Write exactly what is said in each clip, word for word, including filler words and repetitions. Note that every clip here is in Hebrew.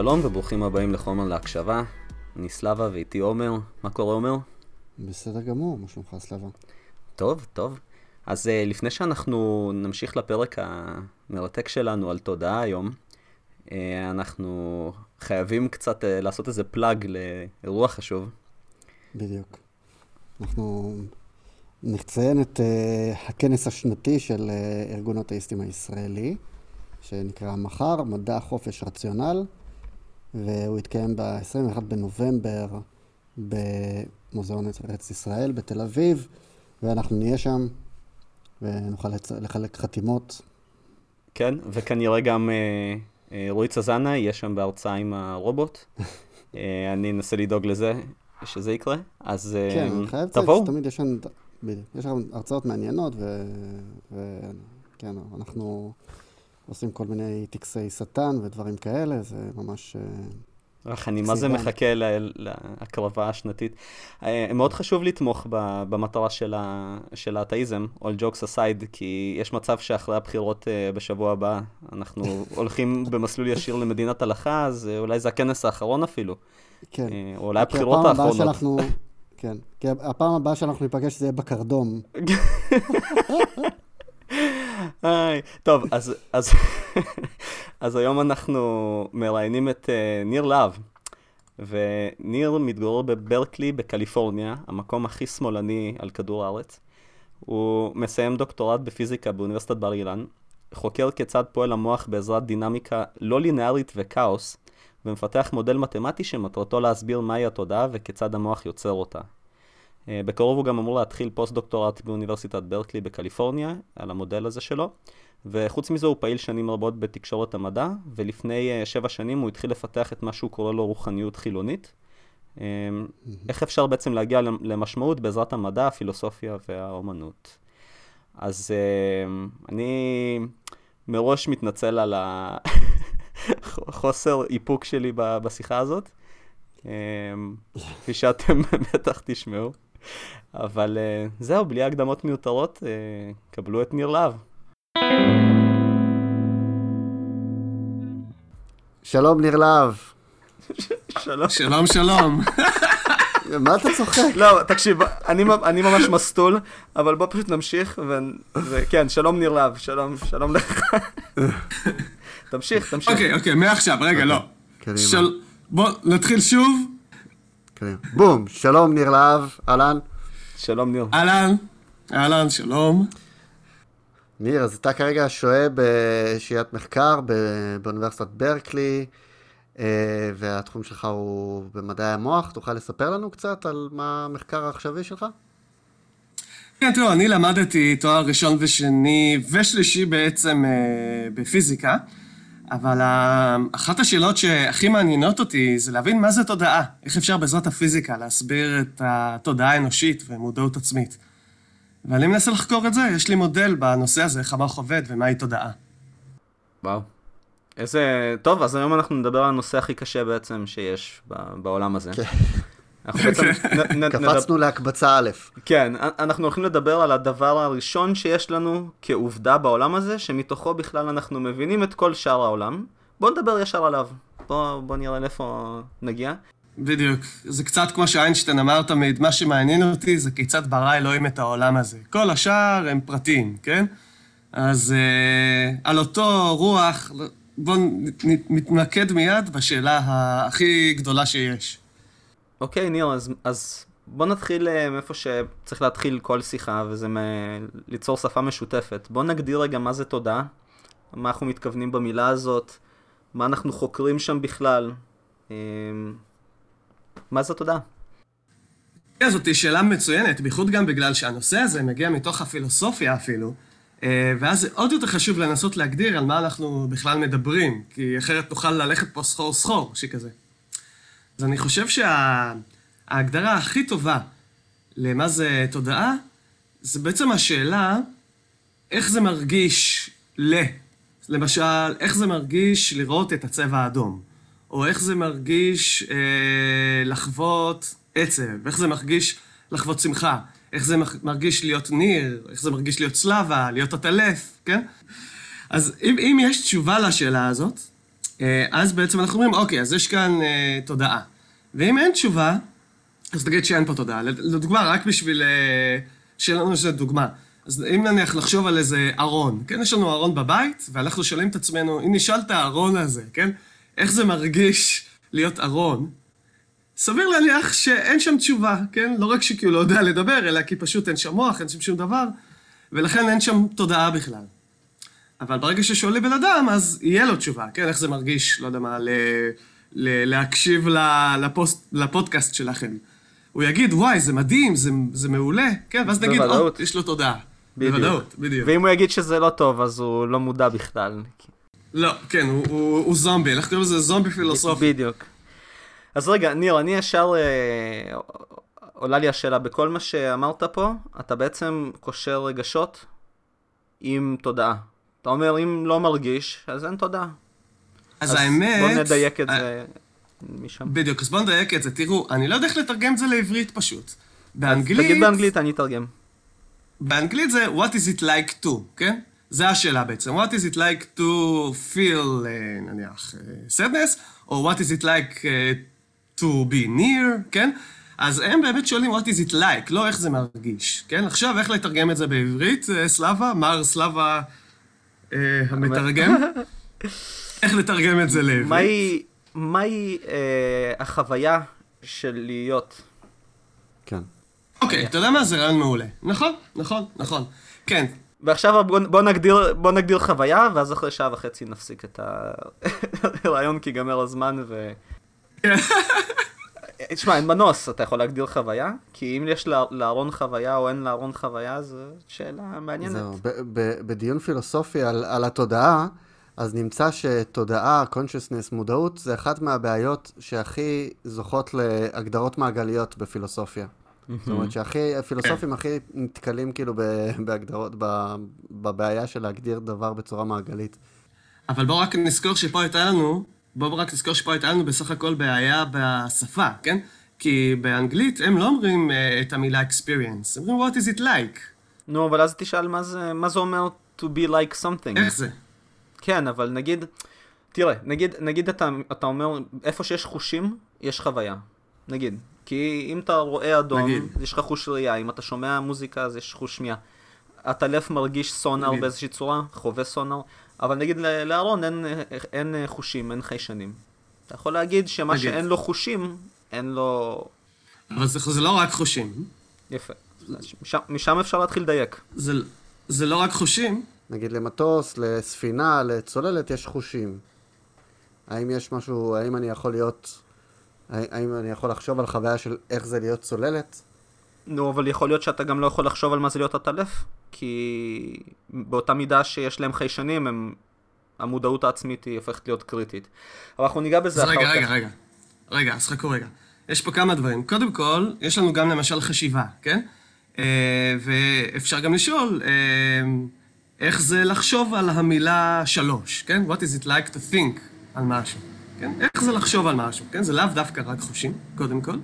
שלום וברוכים הבאים לחומר להקשבה. אני סלאבה ואיתי עומר. מה קורה עומר? בסדר גמור, מה שלומך סלאבה? טוב, טוב. אז uh, לפני שאנחנו נמשיך לפרק המרתק שלנו על תודעה היום, uh, אנחנו חייבים קצת uh, לעשות איזה פלאג לאירוע חשוב. בדיוק. אנחנו נציין את uh, הכנס השנתי של uh, ארגון האתאיסטים הישראלי, שנקרא מחר, מדע, חופש, רציונל, והוא יתקיים ב-עשרים ואחד בנובמבר במוזיאון ארץ ישראל בתל אביב, ואנחנו נהיה שם ונוכל לחלק חתימות. כן, וכנראה גם אה, אה, רועי צזנה יהיה שם בהרצאה עם הרובוט. אה, אני אנסה לדאוג לזה, שזה יקרה. אז אה, כן, אני חייב תבואו. שתמיד יש שם, יש שם הרצאות מעניינות, וכן, אנחנו עושים כל מיני טקסי שטן ודברים כאלה, זה ממש... אך, אני מה זה מחכה להקרבה השנתית. מאוד חשוב לתמוך במטרה של האתאיזם, all jokes aside, כי יש מצב שאחרי הבחירות בשבוע הבא, אנחנו הולכים במסלול ישיר למדינת הלכה, אז אולי זה הכנס האחרון אפילו. כן. או אולי הבחירות האחרונות. כן, כי הפעם הבאה שאנחנו ניפגש זה יהיה בקרדום. היי, טוב, אז, אז, אז היום אנחנו מראיינים את uh, ניר להב, וניר מתגורר בברקלי בקליפורניה, המקום הכי שמאלני על כדור הארץ. הוא מסיים דוקטורט בפיזיקה באוניברסיטת בר אילן, חוקר כיצד פועל המוח בעזרת דינמיקה לא לינארית וכאוס, ומפתח מודל מתמטי שמטרתו להסביר מהי התודעה וכיצד המוח יוצר אותה. בקרוב הוא גם אמור להתחיל פוסט-דוקטורט באוניברסיטת ברקלי בקליפורניה, על המודל הזה שלו, וחוץ מזה הוא פעיל שנים רבות בתקשורת המדע, ולפני שבע שנים הוא התחיל לפתח את מה שהוא קורא לו רוחניות חילונית. איך אפשר בעצם להגיע למשמעות בעזרת המדע, הפילוסופיה והאומנות. אז אני מראש מתנצל על החוסר איפוק שלי בשיחה הזאת, כפי שאתם בטח תשמעו. אבל uh, זהו, בלי הקדמות מיותרות, uh, קבלו את ניר להב. שלום ניר להב. שלום. שלום, שלום. מה אתה צוחק? לא, תקשיב, אני, אני ממש מסטול, אבל בוא פשוט נמשיך, ו... וכן, שלום ניר להב, שלום, שלום לך. תמשיך, תמשיך. אוקיי, אוקיי, מעכשיו, רגע, לא. של... בוא נתחיל שוב. בום, שלום ניר להב, אהלן. שלום ניר. אהלן, אהלן, שלום. ניר, אז אתה כרגע שוהה בשהיית מחקר באוניברסיטת ברקלי, והתחום שלך הוא במדעי המוח. תוכל לספר לנו קצת על מה המחקר העכשווי שלך? כן, תראו, אני למדתי תואר ראשון ושני ושלישי בעצם בפיזיקה, אבל אחת השאלות שהכי מעניינות אותי זה להבין מה זה תודעה. איך אפשר בעזרת הפיזיקה להסביר את התודעה האנושית ומודעות עצמית. ואני מנסה לחקור את זה, יש לי מודל בנושא הזה, איך המוח עובד ומהי תודעה. וואו. איזה... טוב, אז היום אנחנו נדבר על הנושא הכי קשה בעצם שיש בעולם הזה. כן. אנחנו בעצם... קפצנו להקבצה א'. כן, אנחנו הולכים לדבר על הדבר הראשון שיש לנו כעובדה בעולם הזה, שמתוכו בכלל אנחנו מבינים את כל שאר העולם. בוא נדבר ישר עליו. בוא, בוא נראה לאיפה נגיע. בדיוק. זה קצת כמו שאיינשטיין אמר תמיד, מה שמעניין אותי זה כיצד ברא אלוהים את העולם הזה. כל השאר הם פרטים, כן? אז אה, על אותו רוח, בוא נתמקד מיד בשאלה הכי גדולה שיש. אוקיי, ניר, אז, אז בוא נתחיל מאיפה שצריך להתחיל כל שיחה, וזה מ... ליצור שפה משותפת. בוא נגדיר רגע מה זה תודעה, מה אנחנו מתכוונים במילה הזאת, מה אנחנו חוקרים שם בכלל. מה זה תודעה? זאת שאלה מצוינת, בייחוד גם בגלל שהנושא הזה מגיע מתוך הפילוסופיה אפילו, ואז זה עוד יותר חשוב לנסות להגדיר על מה אנחנו בכלל מדברים, כי אחרת נוכל ללכת פה סחור סחור, שכזה. אז אני חושב שההגדרה הכי טובה למה זה תודעה, זה בעצם השאלה איך זה מרגיש ל... למשל, איך זה מרגיש לראות את הצבע האדום, או איך זה מרגיש אה, לחוות עצב, איך זה מרגיש לחוות שמחה, איך זה מרגיש להיות ניר, איך זה מרגיש להיות סלאבה, להיות עטלף, כן? אז אם, אם יש תשובה לשאלה הזאת, אז בעצם אנחנו אומרים, אוקיי, אז יש כאן תודעה. ואם אין תשובה, אז תגיד שאין פה תודעה. לדוגמה, רק בשביל שיהיה לנו איזו דוגמה. אז אם נניח לחשוב על איזה ארון, כן? יש לנו ארון בבית, ואנחנו שואלים את עצמנו, אם נשאל את הארון הזה, כן? איך זה מרגיש להיות ארון? סביר להניח שאין שם תשובה, כן? לא רק שכי הוא לא יודע לדבר, אלא כי פשוט אין שם מוח, אין שם שום דבר, ולכן אין שם תודעה בכלל. אבל ברגע ששואלים בן אדם, אז יהיה לו תשובה, כן? איך זה מרגיש, לא יודע מה, ל... ל... להקשיב לפוסט... לפודקאסט שלכם. הוא יגיד, וואי, זה מדהים, זה, זה מעולה, כן? ואז נגיד, או, יש לו תודעה. בדיוק. בוודאות, בדיוק. ואם הוא יגיד שזה לא טוב, אז הוא לא מודע בכלל. לא, כן, הוא, הוא, הוא זומבי, אנחנו קוראים לזה זומבי פילוסופי. בדיוק. אז רגע, ניר, אני ישר, אה, עולה לי השאלה, בכל מה שאמרת פה, אתה בעצם קושר רגשות עם תודעה. אתה אומר, אם לא מרגיש, אז אין תודעה. אז, אז האמת... בוא נדייק את ה... זה משם. בדיוק, אז בוא נדייק את זה. תראו, אני לא יודע איך לתרגם את זה לעברית פשוט. באנגלית... תגיד באנגלית, אני אתרגם. באנגלית זה, what is it like to, כן? זה השאלה בעצם. What is it like to feel, uh, נניח, uh, sadness, או what is it like uh, to be near, כן? אז הם באמת שואלים what is it like, לא איך זה מרגיש, כן? עכשיו, איך לתרגם את זה בעברית, סלאבה? מר סלאבה uh, המתרגם? איך לתרגם את זה לעברית? מהי, מהי uh, החוויה של להיות? כן. אוקיי, אתה יודע מה? זה רעיון מעולה. נכון, נכון, נכון. כן. ועכשיו בוא, בוא, נגדיר, בוא נגדיר חוויה, ואז אחרי שעה וחצי נפסיק את הרעיון, כי גמר הזמן ו... תשמע, אין מנוס, אתה יכול להגדיר חוויה, כי אם יש לארון חוויה או אין לארון חוויה, זו שאלה מעניינת. זהו, בדיון פילוסופי על, על התודעה, אז נמצא שתודעה, consciousness, מודעות, זה אחת מהבעיות שהכי זוכות להגדרות מעגליות בפילוסופיה. זאת אומרת שהכי, הפילוסופים הכי נתקלים כאילו בהגדרות, בבעיה של להגדיר דבר בצורה מעגלית. אבל בואו רק נזכור שפה הייתה לנו, בואו רק נזכור שפה הייתה לנו בסך הכל בעיה בשפה, כן? כי באנגלית הם לא אומרים את המילה experience, הם אומרים what is it like. נו, אבל אז תשאל מה זה, מה זה אומר to be like something. איך זה? כן, אבל נגיד, תראה, נגיד, נגיד אתה, אתה אומר, איפה שיש חושים, יש חוויה. נגיד. כי אם אתה רואה אדום, נגיד. יש לך חוש ראייה, אם אתה שומע מוזיקה, אז יש חוש שמיעה. הטלף מרגיש סונר באיזושהי צורה, חווה סונר, אבל נגיד לארון אין, אין חושים, אין חיישנים. אתה יכול להגיד שמה נגיד. שאין לו חושים, אין לו... אבל זה, זה לא רק חושים. יפה. משם, משם אפשר להתחיל לדייק. זה, זה לא רק חושים. נגיד למטוס, לספינה, לצוללת, יש חושים. האם יש משהו, האם אני יכול להיות... האם אני יכול לחשוב על חוויה של איך זה להיות צוללת? נו, אבל יכול להיות שאתה גם לא יכול לחשוב על מה זה להיות הטלף, כי באותה מידה שיש להם חיישנים, הם... המודעות העצמית היא הופכת להיות קריטית. אבל אנחנו ניגע בזה אחר כך. רגע, רגע, רגע. רגע, אז חכו רגע. יש פה כמה דברים. קודם כל, יש לנו גם למשל חשיבה, כן? ואפשר גם לשאול איך זה לחשוב על המילה שלוש, כן? What is it like to think על משהו? כן? איך זה לחשוב על משהו, כן? זה לאו דווקא רק חושים, קודם כל.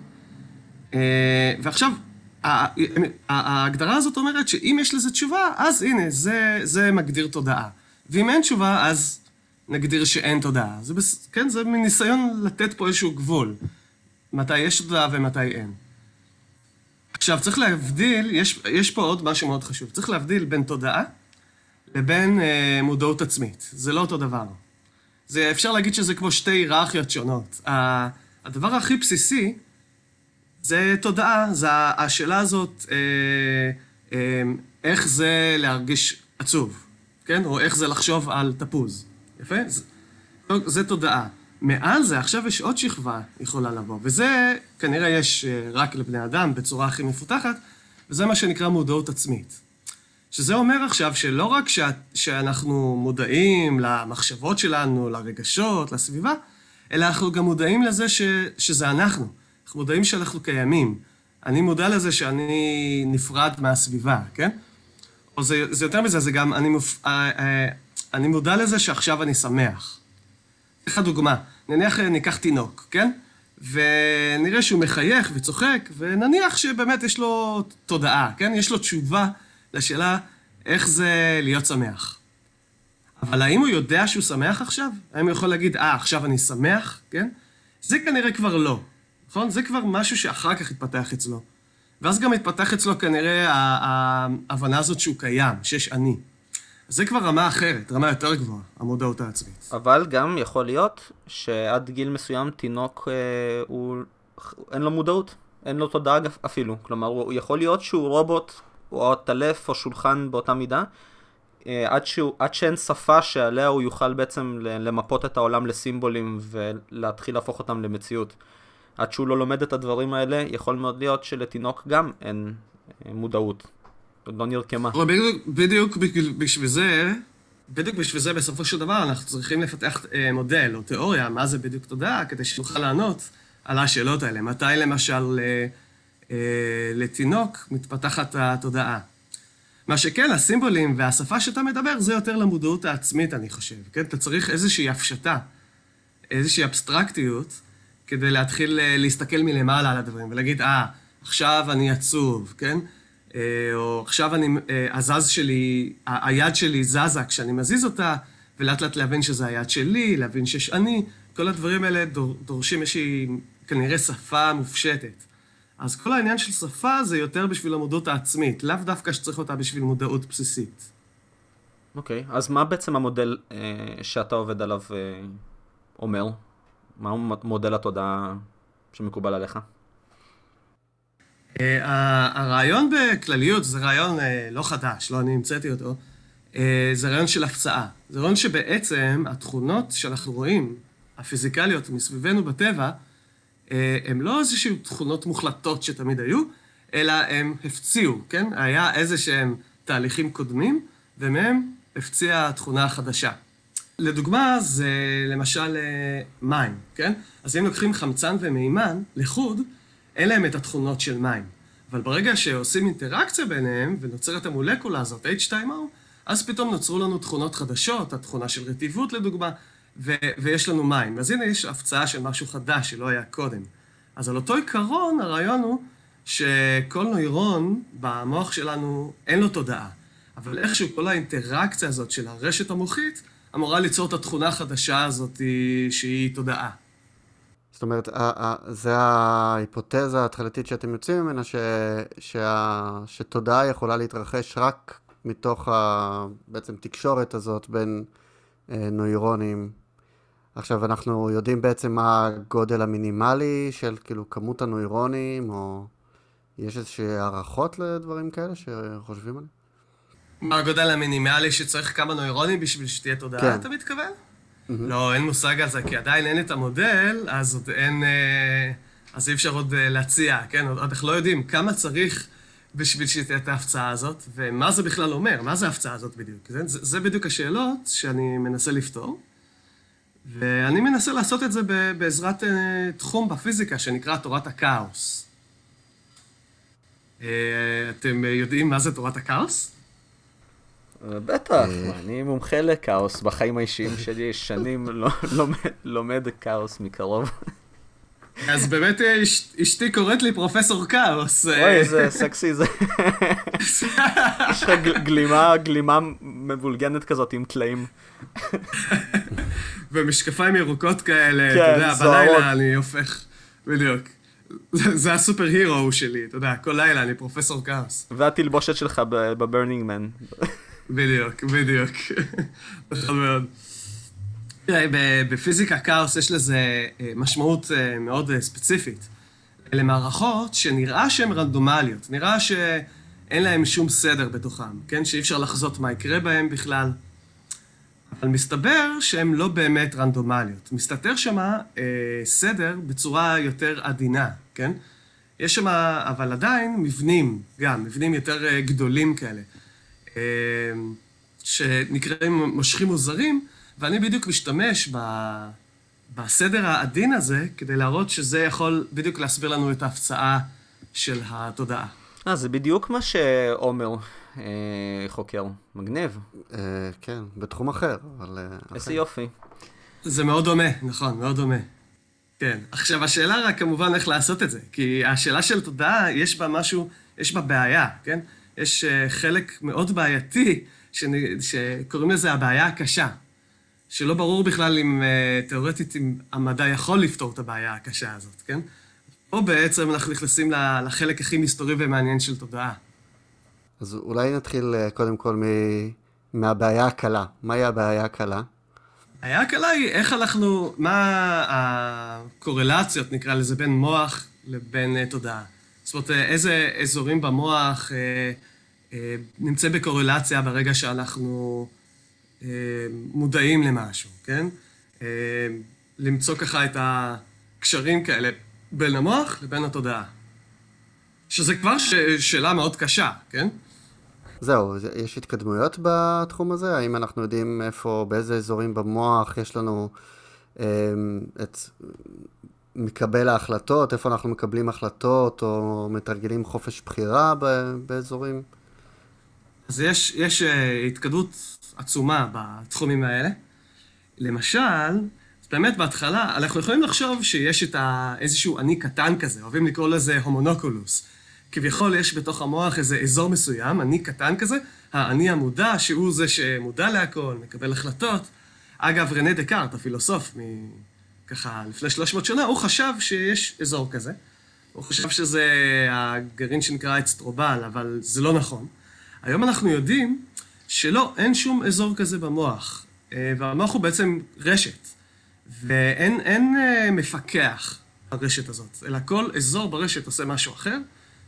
ועכשיו, ההגדרה הזאת אומרת שאם יש לזה תשובה, אז הנה, זה, זה מגדיר תודעה. ואם אין תשובה, אז נגדיר שאין תודעה. זה, כן? זה מניסיון לתת פה איזשהו גבול. מתי יש תודעה ומתי אין. עכשיו, צריך להבדיל, יש, יש פה עוד משהו מאוד חשוב. צריך להבדיל בין תודעה לבין אה, מודעות עצמית. זה לא אותו דבר. זה, אפשר להגיד שזה כמו שתי היררכיות שונות. הדבר הכי בסיסי זה תודעה, זה השאלה הזאת, אה, אה, איך זה להרגיש עצוב, כן? או איך זה לחשוב על תפוז. יפה? זה, זה תודעה. מעל זה, עכשיו יש עוד שכבה יכולה לבוא, וזה כנראה יש רק לבני אדם בצורה הכי מפותחת, וזה מה שנקרא מודעות עצמית. שזה אומר עכשיו שלא רק ש... שאנחנו מודעים למחשבות שלנו, לרגשות, לסביבה, אלא אנחנו גם מודעים לזה ש... שזה אנחנו. אנחנו מודעים שאנחנו קיימים. אני מודע לזה שאני נפרד מהסביבה, כן? או זה, זה יותר מזה, זה גם, אני, מופ... אני מודע לזה שעכשיו אני שמח. איך הדוגמה? נניח ניקח תינוק, כן? ונראה שהוא מחייך וצוחק, ונניח שבאמת יש לו תודעה, כן? יש לו תשובה לשאלה איך זה להיות שמח. אבל האם הוא יודע שהוא שמח עכשיו? האם הוא יכול להגיד, אה, עכשיו אני שמח, כן? זה כנראה כבר לא, נכון? זה כבר משהו שאחר כך יתפתח אצלו. ואז גם יתפתח אצלו כנראה ההבנה הזאת שהוא קיים, שיש אני. זה כבר רמה אחרת, רמה יותר גבוהה, המודעות העצמית. אבל גם יכול להיות שעד גיל מסוים תינוק, אה, הוא, אין לו מודעות, אין לו תודעה אפילו. כלומר, הוא יכול להיות שהוא רובוט, או טלף, או שולחן באותה מידה, אה, עד, שהוא, עד שאין שפה שעליה הוא יוכל בעצם למפות את העולם לסימבולים, ולהתחיל להפוך אותם למציאות. עד שהוא לא לומד את הדברים האלה, יכול מאוד להיות שלתינוק גם אין אה, מודעות. לא נרקמה. בדיוק, בדיוק בשביל זה, בדיוק בשביל זה בסופו של דבר אנחנו צריכים לפתח מודל או תיאוריה, מה זה בדיוק תודעה, כדי שנוכל לענות על השאלות האלה. מתי למשל לתינוק מתפתחת התודעה? מה שכן, הסימבולים והשפה שאתה מדבר זה יותר למודעות העצמית, אני חושב. כן? אתה צריך איזושהי הפשטה, איזושהי אבסטרקטיות, כדי להתחיל להסתכל מלמעלה על הדברים ולהגיד, אה, עכשיו אני עצוב, כן? או עכשיו אני, הזז שלי, היד שלי זזה כשאני מזיז אותה, ולאט לאט להבין שזה היד שלי, להבין שיש אני, כל הדברים האלה דור, דורשים איזושהי כנראה שפה מופשטת. אז כל העניין של שפה זה יותר בשביל המודעות העצמית, לאו דווקא שצריך אותה בשביל מודעות בסיסית. אוקיי, okay, אז מה בעצם המודל אה, שאתה עובד עליו אה, אומר? מה מודל התודעה שמקובל עליך? Uh, הרעיון בכלליות זה רעיון uh, לא חדש, לא אני המצאתי אותו, uh, זה רעיון של הפצעה. זה רעיון שבעצם התכונות שאנחנו רואים, הפיזיקליות מסביבנו בטבע, uh, הן לא איזושהי תכונות מוחלטות שתמיד היו, אלא הם הפציעו, כן? היה איזה שהם תהליכים קודמים, ומהם הפציעה תכונה חדשה. לדוגמה, זה למשל uh, מים, כן? אז אם לוקחים חמצן ומימן לחוד, אין להם את התכונות של מים. אבל ברגע שעושים אינטראקציה ביניהם, ונוצרת המולקולה הזאת, אייץ' טו או, אז פתאום נוצרו לנו תכונות חדשות, התכונה של רטיבות לדוגמה, ו- ויש לנו מים. אז הנה יש הפצעה של משהו חדש שלא היה קודם. אז על אותו עיקרון, הרעיון הוא שכל נוירון במוח שלנו אין לו תודעה. אבל איכשהו כל האינטראקציה הזאת של הרשת המוחית, אמורה ליצור את התכונה החדשה הזאת שהיא תודעה. זאת אומרת, זה ההיפותזה ההתחלתית שאתם יוצאים ממנה, ש, שה, שתודעה יכולה להתרחש רק מתוך ה, בעצם תקשורת הזאת בין אה, נוירונים. עכשיו אנחנו יודעים בעצם מה הגודל המינימלי של כאילו כמות הנוירונים, או יש איזושהי הערכות לדברים כאלה שחושבים עליהם? מה הגודל המינימלי שצריך כמה נוירונים בשביל שתהיה תודעה, כן. אתה מתכוון? לא, אין מושג על זה, כי עדיין אין את המודל, אז עוד אין, אז אי אפשר עוד להציע, כן? עוד אנחנו לא יודעים כמה צריך בשביל שתהיה את ההפצעה הזאת, ומה זה בכלל אומר, מה זה ההפצעה הזאת בדיוק. זה, זה בדיוק השאלות שאני מנסה לפתור, ואני מנסה לעשות את זה בעזרת תחום בפיזיקה שנקרא תורת הכאוס. אתם יודעים מה זה תורת הכאוס? בטח, אני מומחה לכאוס בחיים האישיים שלי, שנים לומד כאוס מקרוב. אז באמת אשתי קוראת לי פרופסור כאוס. אוי, איזה סקסי זה. יש לך גלימה, גלימה מבולגנת כזאת עם טלאים. ומשקפיים ירוקות כאלה, אתה יודע, בלילה אני הופך, בדיוק. זה הסופר הירו שלי, אתה יודע, כל לילה אני פרופסור כאוס. והתלבושת שלך בברנינג מן. בדיוק, בדיוק. נכון מאוד. בפיזיקה כאוס יש לזה משמעות מאוד ספציפית. אלה מערכות שנראה שהן רנדומליות, נראה שאין להן שום סדר בתוכם, כן? שאי אפשר לחזות מה יקרה בהן בכלל. אבל מסתבר שהן לא באמת רנדומליות. מסתתר שמה סדר בצורה יותר עדינה, כן? יש שמה, אבל עדיין, מבנים גם, מבנים יותר גדולים כאלה. שנקראים מושכים מוזרים, ואני בדיוק משתמש ב... בסדר העדין הזה, כדי להראות שזה יכול בדיוק להסביר לנו את ההפצעה של התודעה. אה, זה בדיוק מה שעומר אה, חוקר. מגניב. אה, כן, בתחום אחר, אבל... איזה אחר. יופי. זה מאוד דומה, נכון, מאוד דומה. כן. עכשיו, השאלה רק כמובן איך לעשות את זה, כי השאלה של תודעה, יש בה משהו, יש בה בעיה, כן? יש uh, חלק מאוד בעייתי שנ- שקוראים לזה הבעיה הקשה, שלא ברור בכלל אם uh, תיאורטית אם המדע יכול לפתור את הבעיה הקשה הזאת, כן? פה בעצם אנחנו נכנסים ל- לחלק הכי מסתורי ומעניין של תודעה. אז אולי נתחיל אה, קודם כל מ- מהבעיה הקלה. מהי הבעיה הקלה? הבעיה הקלה היא איך אנחנו, מה הקורלציות נקרא לזה בין מוח לבין uh, תודעה. זאת אומרת, איזה אזורים במוח אה, אה, נמצא בקורלציה ברגע שאנחנו אה, מודעים למשהו, כן? אה, למצוא ככה את הקשרים כאלה בין המוח לבין התודעה. שזה כבר ש... שאלה מאוד קשה, כן? זהו, יש התקדמויות בתחום הזה? האם אנחנו יודעים איפה, באיזה אזורים במוח יש לנו אה, את מקבל ההחלטות, איפה אנחנו מקבלים החלטות או מתרגלים חופש בחירה באזורים? אז יש, יש התקדמות עצומה בתחומים האלה. למשל, אז באמת בהתחלה, אנחנו יכולים לחשוב שיש את ה... איזשהו אני קטן כזה, אוהבים לקרוא לזה הומונוקולוס. כביכול יש בתוך המוח איזה אזור מסוים, אני קטן כזה, האני המודע, שהוא זה שמודע להכל, מקבל החלטות. אגב, רנה דקארט, הפילוסוף, מ... ככה לפני שלוש מאות שנה, הוא חשב שיש אזור כזה. הוא חשב שזה הגרעין שנקרא אצטרובל, אבל זה לא נכון. היום אנחנו יודעים שלא, אין שום אזור כזה במוח. והמוח הוא בעצם רשת. ואין אין מפקח ברשת הזאת, אלא כל אזור ברשת עושה משהו אחר,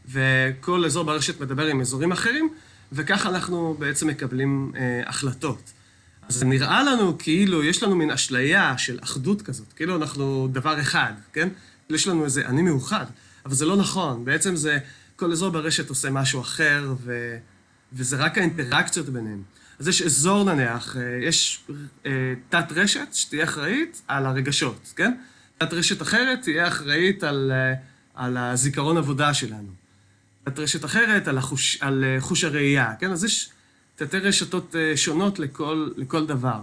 וכל אזור ברשת מדבר עם אזורים אחרים, וככה אנחנו בעצם מקבלים אה, החלטות. אז זה נראה לנו כאילו יש לנו מין אשליה של אחדות כזאת, כאילו אנחנו דבר אחד, כן? יש לנו איזה אני מאוחד, אבל זה לא נכון. בעצם זה, כל אזור ברשת עושה משהו אחר, ו, וזה רק האינטראקציות ביניהם. אז יש אזור נניח, יש אה, תת רשת שתהיה אחראית על הרגשות, כן? תת רשת אחרת תהיה אחראית על, אה, על הזיכרון עבודה שלנו. תת רשת אחרת על, החוש, על אה, חוש הראייה, כן? אז יש תתי רשתות אה, שונות לכל, לכל דבר.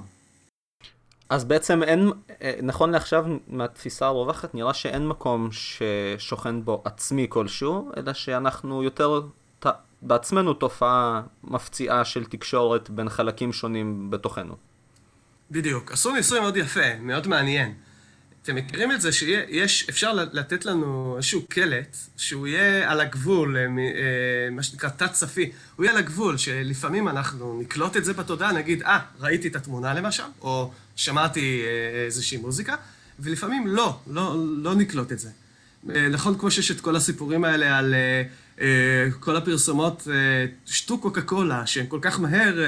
אז בעצם אין, נכון לעכשיו מהתפיסה הרווחת, נראה שאין מקום ששוכן בו עצמי כלשהו, אלא שאנחנו יותר ת, בעצמנו תופעה מפציעה של תקשורת בין חלקים שונים בתוכנו. בדיוק. עשו ניסוי מאוד יפה, מאוד מעניין. אתם מכירים את זה שיש, אפשר לתת לנו איזשהו קלט, שהוא יהיה על הגבול, מה שנקרא תת-צפי, הוא יהיה על הגבול, שלפעמים אנחנו נקלוט את זה בתודעה, נגיד, אה, ראיתי את התמונה למשל, או שמעתי איזושהי מוזיקה, ולפעמים לא, לא, לא נקלוט את זה. נכון, כמו שיש את כל הסיפורים האלה על כל הפרסומות, שתו קוקה קולה, שהן כל כך מהר,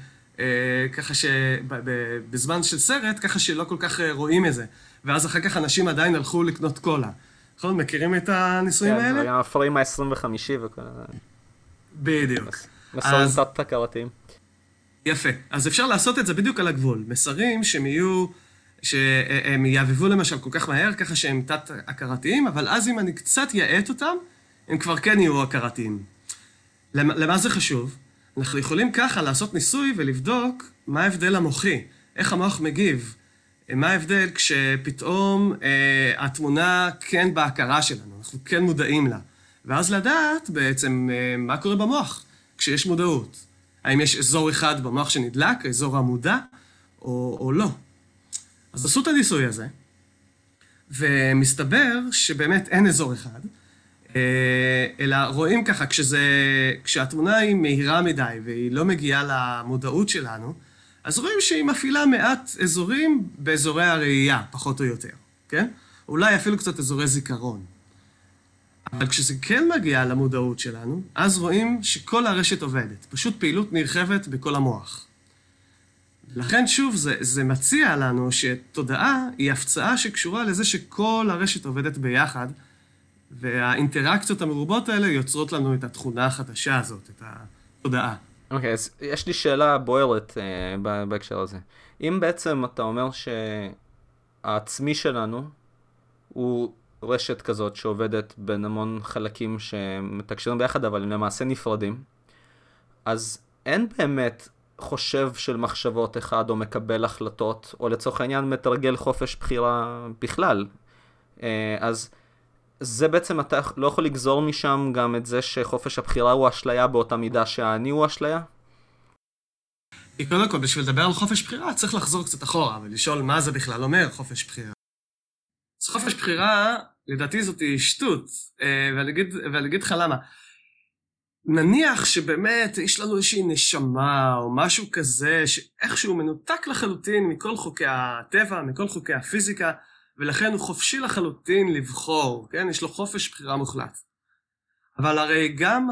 ככה שבזמן של סרט, ככה שלא כל כך רואים את זה. ואז אחר כך אנשים עדיין הלכו לקנות קולה. נכון? מכירים את הניסויים האלה? כן, היה הפריים ה-עשרים וחמישי וכל זה. בדיוק. מסרים תת-הכרתיים. יפה. אז אפשר לעשות את זה בדיוק על הגבול. מסרים שהם יהיו, שהם יעבבו למשל כל כך מהר, ככה שהם תת-הכרתיים, אבל אז אם אני קצת יעט אותם, הם כבר כן יהיו הכרתיים. למה זה חשוב? אנחנו יכולים ככה לעשות ניסוי ולבדוק מה ההבדל המוחי, איך המוח מגיב. מה ההבדל כשפתאום אה, התמונה כן בהכרה שלנו, אנחנו כן מודעים לה. ואז לדעת בעצם אה, מה קורה במוח כשיש מודעות. האם יש אזור אחד במוח שנדלק, אזור המודע, או, או לא. אז עשו את הניסוי הזה, ומסתבר שבאמת אין אזור אחד, אה, אלא רואים ככה, כשזה, כשהתמונה היא מהירה מדי והיא לא מגיעה למודעות שלנו, אז רואים שהיא מפעילה מעט אזורים באזורי הראייה, פחות או יותר, כן? אולי אפילו קצת אזורי זיכרון. אבל כשזה כן מגיע למודעות שלנו, אז רואים שכל הרשת עובדת, פשוט פעילות נרחבת בכל המוח. לכן שוב, זה, זה מציע לנו שתודעה היא הפצעה שקשורה לזה שכל הרשת עובדת ביחד, והאינטראקציות המרובות האלה יוצרות לנו את התכונה החדשה הזאת, את התודעה. אוקיי, okay, אז יש לי שאלה בוערת uh, בהקשר הזה. אם בעצם אתה אומר שהעצמי שלנו הוא רשת כזאת שעובדת בין המון חלקים שמתקשרים ביחד, אבל הם למעשה נפרדים, אז אין באמת חושב של מחשבות אחד או מקבל החלטות, או לצורך העניין מתרגל חופש בחירה בכלל. Uh, אז זה בעצם אתה לא יכול לגזור משם גם את זה שחופש הבחירה הוא אשליה באותה מידה שהאני הוא אשליה? כי קודם כל, בשביל לדבר על חופש בחירה, צריך לחזור קצת אחורה, ולשאול מה זה בכלל אומר חופש בחירה. אז חופש בחירה, לדעתי זאת שטות, ואני אגיד, ואני אגיד לך למה. נניח שבאמת יש לנו איזושהי נשמה, או משהו כזה, שאיכשהו מנותק לחלוטין מכל חוקי הטבע, מכל חוקי הפיזיקה, ולכן הוא חופשי לחלוטין לבחור, כן? יש לו חופש בחירה מוחלט. אבל הרי גם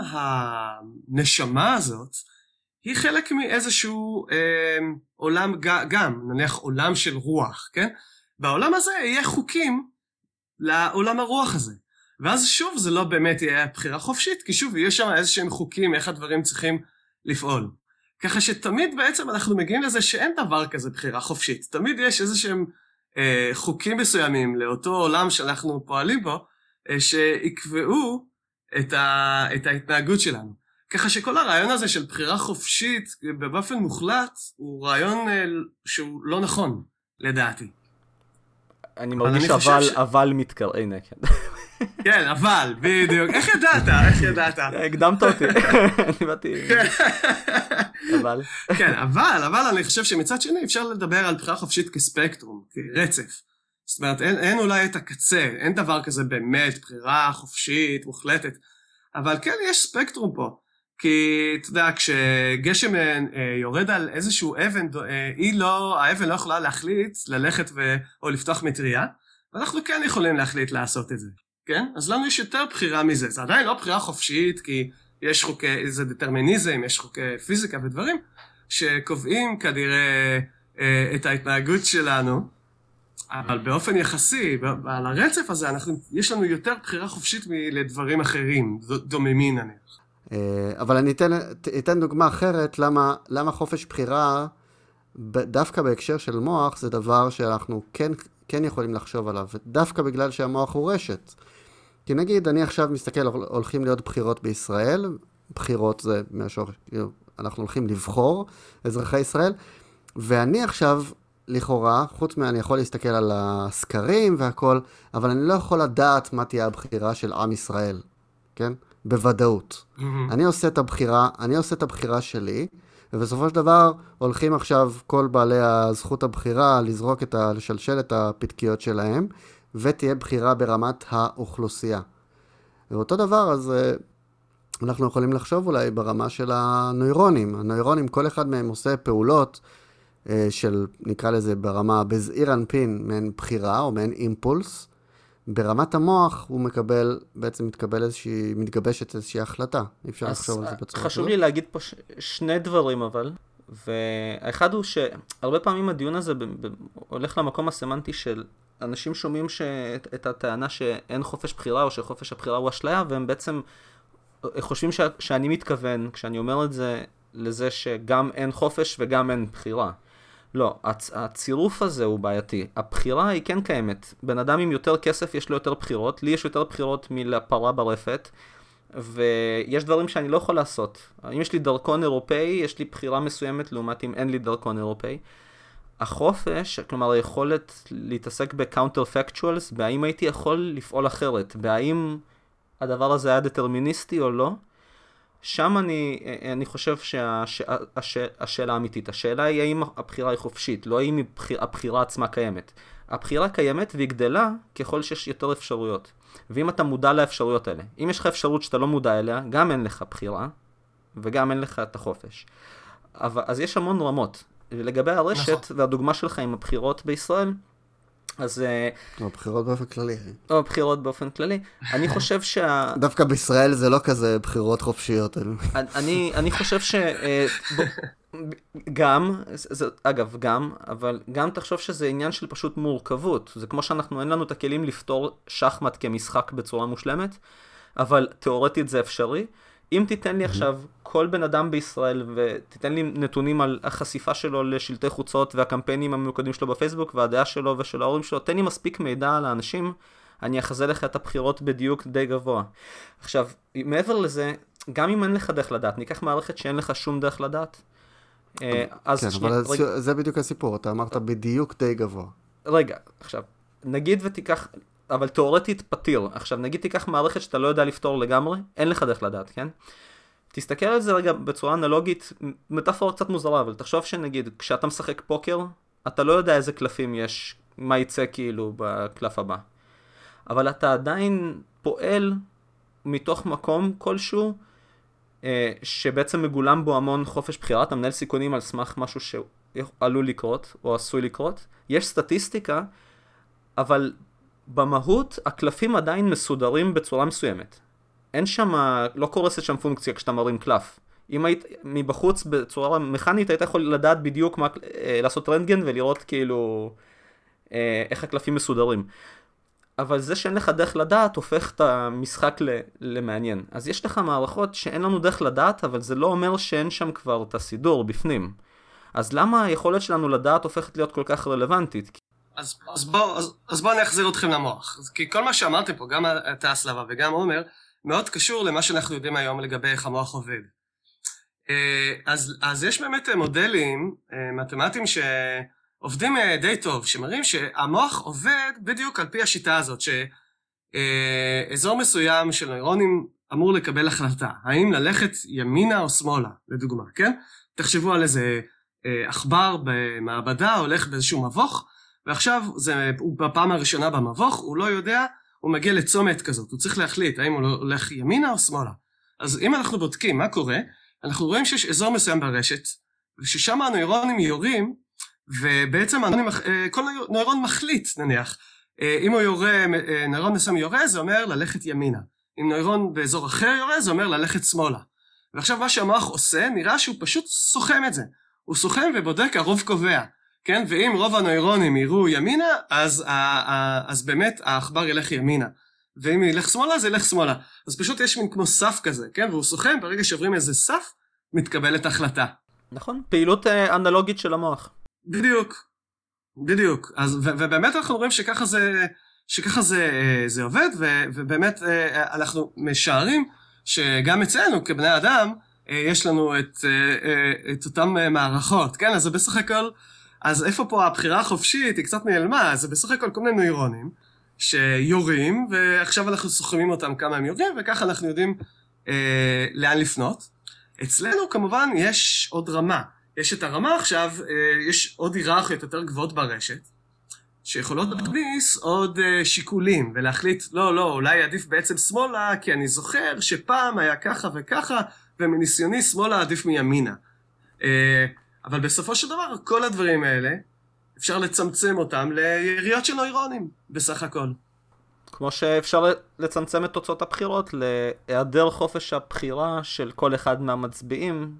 הנשמה הזאת, היא חלק מאיזשהו אה, עולם גם, נניח עולם של רוח, כן? בעולם הזה יהיה חוקים לעולם הרוח הזה. ואז שוב זה לא באמת יהיה בחירה חופשית, כי שוב יש שם איזשהם חוקים איך הדברים צריכים לפעול. ככה שתמיד בעצם אנחנו מגיעים לזה שאין דבר כזה בחירה חופשית. תמיד יש איזשהם אה, חוקים מסוימים לאותו עולם שאנחנו פועלים בו, אה, שיקבעו את, ה, את ההתנהגות שלנו. ככה שכל הרעיון הזה של בחירה חופשית באופן מוחלט הוא רעיון אה, שהוא לא נכון, לדעתי. אני מרגיש אבל, ש... אבל מתקרא, הנה, כן. כן, אבל, בדיוק. איך ידעת? איך ידעת? הקדמת אותי. אני באתי... אבל. כן, אבל, אבל אני חושב שמצד שני אפשר לדבר על בחירה חופשית כספקטרום, כרצף. זאת אומרת, אין, אין אולי את הקצה, אין דבר כזה באמת, בחירה חופשית, מוחלטת. אבל כן, יש ספקטרום פה. כי, אתה יודע, כשגשם יורד על איזשהו אבן, היא לא, האבן לא יכולה להחליט ללכת ו... או לפתוח מטריה, ואנחנו כן יכולים להחליט לעשות את זה, כן? אז לנו יש יותר בחירה מזה. זה עדיין לא בחירה חופשית, כי יש חוקי, איזה דטרמיניזם, יש חוקי פיזיקה ודברים, שקובעים כנראה את ההתנהגות שלנו, אבל באופן יחסי, על הרצף הזה, אנחנו, יש לנו יותר בחירה חופשית לדברים אחרים, דוממים נניח. אבל אני אתן, אתן דוגמה אחרת, למה, למה חופש בחירה, דווקא בהקשר של מוח, זה דבר שאנחנו כן, כן יכולים לחשוב עליו, ודווקא בגלל שהמוח הוא רשת. כי נגיד, אני עכשיו מסתכל, הולכים להיות בחירות בישראל, בחירות זה מהשור, אנחנו הולכים לבחור אזרחי ישראל, ואני עכשיו, לכאורה, חוץ מה, אני יכול להסתכל על הסקרים והכל, אבל אני לא יכול לדעת מה תהיה הבחירה של עם ישראל, כן? בוודאות. Mm-hmm. אני עושה את הבחירה, אני עושה את הבחירה שלי, ובסופו של דבר הולכים עכשיו כל בעלי הזכות הבחירה לזרוק את ה... לשלשל את הפתקיות שלהם, ותהיה בחירה ברמת האוכלוסייה. ואותו דבר, אז אנחנו יכולים לחשוב אולי ברמה של הנוירונים. הנוירונים, כל אחד מהם עושה פעולות של, נקרא לזה ברמה בזעיר אנפין, מעין בחירה או מעין אימפולס, ברמת המוח הוא מקבל, בעצם מתקבל איזושהי, מתגבשת איזושהי החלטה. אי אפשר לחשוב על זה בצורה. חשוב לי להגיד פה ש... שני דברים אבל, והאחד הוא שהרבה פעמים הדיון הזה ב... ב... הולך למקום הסמנטי של אנשים שומעים ש... את הטענה שאין חופש בחירה או שחופש הבחירה הוא אשליה, והם בעצם חושבים ש... שאני מתכוון, כשאני אומר את זה, לזה שגם אין חופש וגם אין בחירה. לא, הצ... הצירוף הזה הוא בעייתי. הבחירה היא כן קיימת. בן אדם עם יותר כסף יש לו יותר בחירות, לי יש יותר בחירות מלפרה ברפת, ויש דברים שאני לא יכול לעשות. אם יש לי דרכון אירופאי, יש לי בחירה מסוימת לעומת אם אין לי דרכון אירופאי. החופש, כלומר היכולת להתעסק ב-counterfactuals, בהאם הייתי יכול לפעול אחרת, בהאם הדבר הזה היה דטרמיניסטי או לא, שם אני, אני חושב שהשאלה שהש, הש, האמיתית, השאלה היא האם הבחירה היא חופשית, לא האם הבחיר, הבחירה עצמה קיימת. הבחירה קיימת והיא גדלה ככל שיש יותר אפשרויות. ואם אתה מודע לאפשרויות האלה, אם יש לך אפשרות שאתה לא מודע אליה, גם אין לך בחירה, וגם אין לך את החופש. אבל, אז יש המון רמות. ולגבי הרשת, נכון. והדוגמה שלך עם הבחירות בישראל, אז... או בחירות באופן כללי. או בחירות באופן כללי. אני חושב שה... דווקא בישראל זה לא כזה בחירות חופשיות. אני, אני חושב ש... גם, זה, אגב, גם, אבל גם תחשוב שזה עניין של פשוט מורכבות. זה כמו שאנחנו, אין לנו את הכלים לפתור שחמט כמשחק בצורה מושלמת, אבל תיאורטית זה אפשרי. אם תיתן לי עכשיו כל בן אדם בישראל ותיתן לי נתונים על החשיפה שלו לשלטי חוצות והקמפיינים הממוקדים שלו בפייסבוק והדעה שלו ושל ההורים שלו, תן לי מספיק מידע על האנשים, אני אחזה לך את הבחירות בדיוק די גבוה. עכשיו, מעבר לזה, גם אם אין לך דרך לדעת, ניקח מערכת שאין לך שום דרך לדעת. אז כן, אבל זה בדיוק הסיפור, אתה אמרת בדיוק די גבוה. רגע, עכשיו, נגיד ותיקח... אבל תיאורטית פתיר. עכשיו, נגיד תיקח מערכת שאתה לא יודע לפתור לגמרי, אין לך דרך לדעת, כן? תסתכל על זה רגע בצורה אנלוגית, מטאפורה קצת מוזרה, אבל תחשוב שנגיד, כשאתה משחק פוקר, אתה לא יודע איזה קלפים יש, מה יצא כאילו בקלף הבא. אבל אתה עדיין פועל מתוך מקום כלשהו, שבעצם מגולם בו המון חופש בחירה, אתה מנהל סיכונים על סמך משהו שעלול לקרות, או עשוי לקרות. יש סטטיסטיקה, אבל במהות הקלפים עדיין מסודרים בצורה מסוימת. אין שם, לא קורסת שם פונקציה כשאתה מרים קלף. אם היית מבחוץ בצורה מכנית, היית יכול לדעת בדיוק מה, לעשות רנטגן ולראות כאילו איך הקלפים מסודרים. אבל זה שאין לך דרך לדעת הופך את המשחק למעניין. אז יש לך מערכות שאין לנו דרך לדעת, אבל זה לא אומר שאין שם כבר את הסידור בפנים. אז למה היכולת שלנו לדעת הופכת להיות כל כך רלוונטית? אז, אז בואו אז, אז בוא נחזיר אתכם למוח. כי כל מה שאמרתם פה, גם אתה סלווה וגם עומר, מאוד קשור למה שאנחנו יודעים היום לגבי איך המוח עובד. אז, אז יש באמת מודלים מתמטיים ש... עובדים די טוב, שמראים שהמוח עובד בדיוק על פי השיטה הזאת, שאזור מסוים של נוירונים אמור לקבל החלטה, האם ללכת ימינה או שמאלה, לדוגמה, כן? תחשבו על איזה עכבר במעבדה, הולך באיזשהו מבוך, ועכשיו זה, הוא בפעם הראשונה במבוך, הוא לא יודע, הוא מגיע לצומת כזאת, הוא צריך להחליט האם הוא הולך ימינה או שמאלה. אז אם אנחנו בודקים מה קורה, אנחנו רואים שיש אזור מסוים ברשת, וששם הנוירונים יורים, ובעצם כל נוירון מחליט, נניח, אם הוא יורה, נוירון מסוים יורה, זה אומר ללכת ימינה. אם נוירון באזור אחר יורה, זה אומר ללכת שמאלה. ועכשיו מה שהמוח עושה, נראה שהוא פשוט סוכם את זה. הוא סוכם ובודק, הרוב קובע. כן? ואם רוב הנוירונים יראו ימינה, אז, אז באמת העכבר ילך ימינה. ואם ילך שמאלה, זה ילך שמאלה. אז פשוט יש מין כמו סף כזה, כן? והוא סוכם, ברגע שעוברים איזה סף, מתקבלת החלטה. נכון, פעילות אנלוגית של המוח. בדיוק, בדיוק. אז, ו- ובאמת אנחנו רואים שככה זה, שככה זה, זה עובד, ו- ובאמת אנחנו משערים שגם אצלנו כבני אדם, יש לנו את, את אותם מערכות, כן? אז זה בסך הכל, אז איפה פה הבחירה החופשית היא קצת נעלמה, זה בסך הכל כל מיני נוירונים שיורים, ועכשיו אנחנו סוכמים אותם כמה הם יורים, וככה אנחנו יודעים אה, לאן לפנות. אצלנו כמובן יש עוד רמה. יש את הרמה עכשיו, יש עוד היררכיות יותר גבוהות ברשת, שיכולות להכניס עוד שיקולים, ולהחליט, לא, לא, אולי עדיף בעצם שמאלה, כי אני זוכר שפעם היה ככה וככה, ומניסיוני שמאלה עדיף מימינה. אבל בסופו של דבר, כל הדברים האלה, אפשר לצמצם אותם ליריות של נוירונים, בסך הכל. כמו שאפשר לצמצם את תוצאות הבחירות, להיעדר חופש הבחירה של כל אחד מהמצביעים,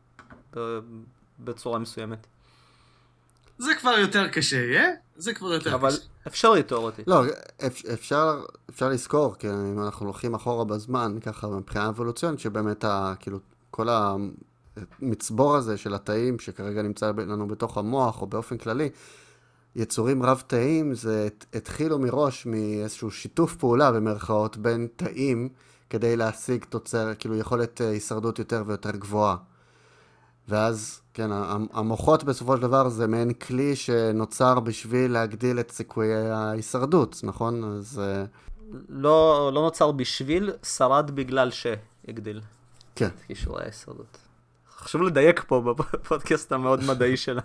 בצורה מסוימת. זה כבר יותר קשה, יהיה? זה כבר יותר אבל קשה. אבל אפשר לתיאורטית. לא, אפשר, אפשר לזכור, כי אם אנחנו הולכים אחורה בזמן, ככה מבחינה אבולוציונית, שבאמת ה, כאילו, כל המצבור הזה של התאים, שכרגע נמצא לנו בתוך המוח, או באופן כללי, יצורים רב תאים, זה התחילו מראש מאיזשהו שיתוף פעולה במרכאות בין תאים, כדי להשיג תוצר, כאילו יכולת הישרדות יותר ויותר גבוהה. ואז, כן, המוחות בסופו של דבר זה מעין כלי שנוצר בשביל להגדיל את סיכויי ההישרדות, נכון? אז... לא, לא נוצר בשביל, שרד בגלל שהגדיל. כן. את כישורי ההישרדות. חשוב לדייק פה בפודקאסט המאוד מדעי שלנו.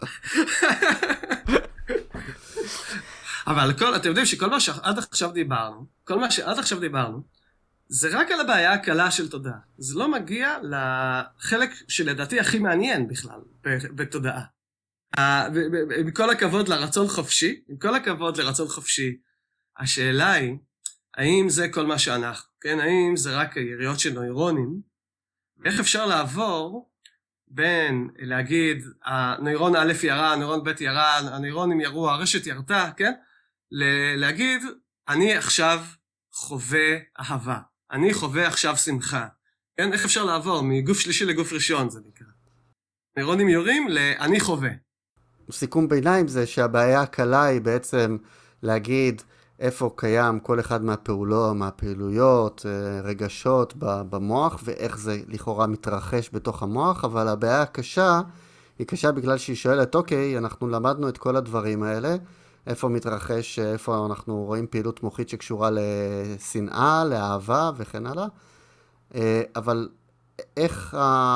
אבל כל, אתם יודעים שכל מה שעד עכשיו דיברנו, כל מה שעד עכשיו דיברנו, זה רק על הבעיה הקלה של תודעה. זה לא מגיע לחלק שלדעתי הכי מעניין בכלל בתודעה. עם כל הכבוד לרצון חופשי, עם כל הכבוד לרצון חופשי, השאלה היא, האם זה כל מה שאנחנו, כן? האם זה רק יריות של נוירונים? איך אפשר לעבור בין להגיד, הנוירון א' ירה, הנוירון ב' ירה, הנוירונים ירו, הרשת ירתה, כן? להגיד, אני עכשיו חווה אהבה. אני חווה עכשיו שמחה. כן? איך אפשר לעבור מגוף שלישי לגוף ראשון, זה נקרא. נוירונים יורים ל"אני חווה". סיכום ביניים זה שהבעיה הקלה היא בעצם להגיד איפה קיים כל אחד מהפעולות, מהפעילויות, רגשות במוח, ואיך זה לכאורה מתרחש בתוך המוח, אבל הבעיה הקשה היא קשה בגלל שהיא שואלת, אוקיי, אנחנו למדנו את כל הדברים האלה, איפה מתרחש, איפה אנחנו רואים פעילות מוחית שקשורה לשנאה, לאהבה וכן הלאה, אבל איך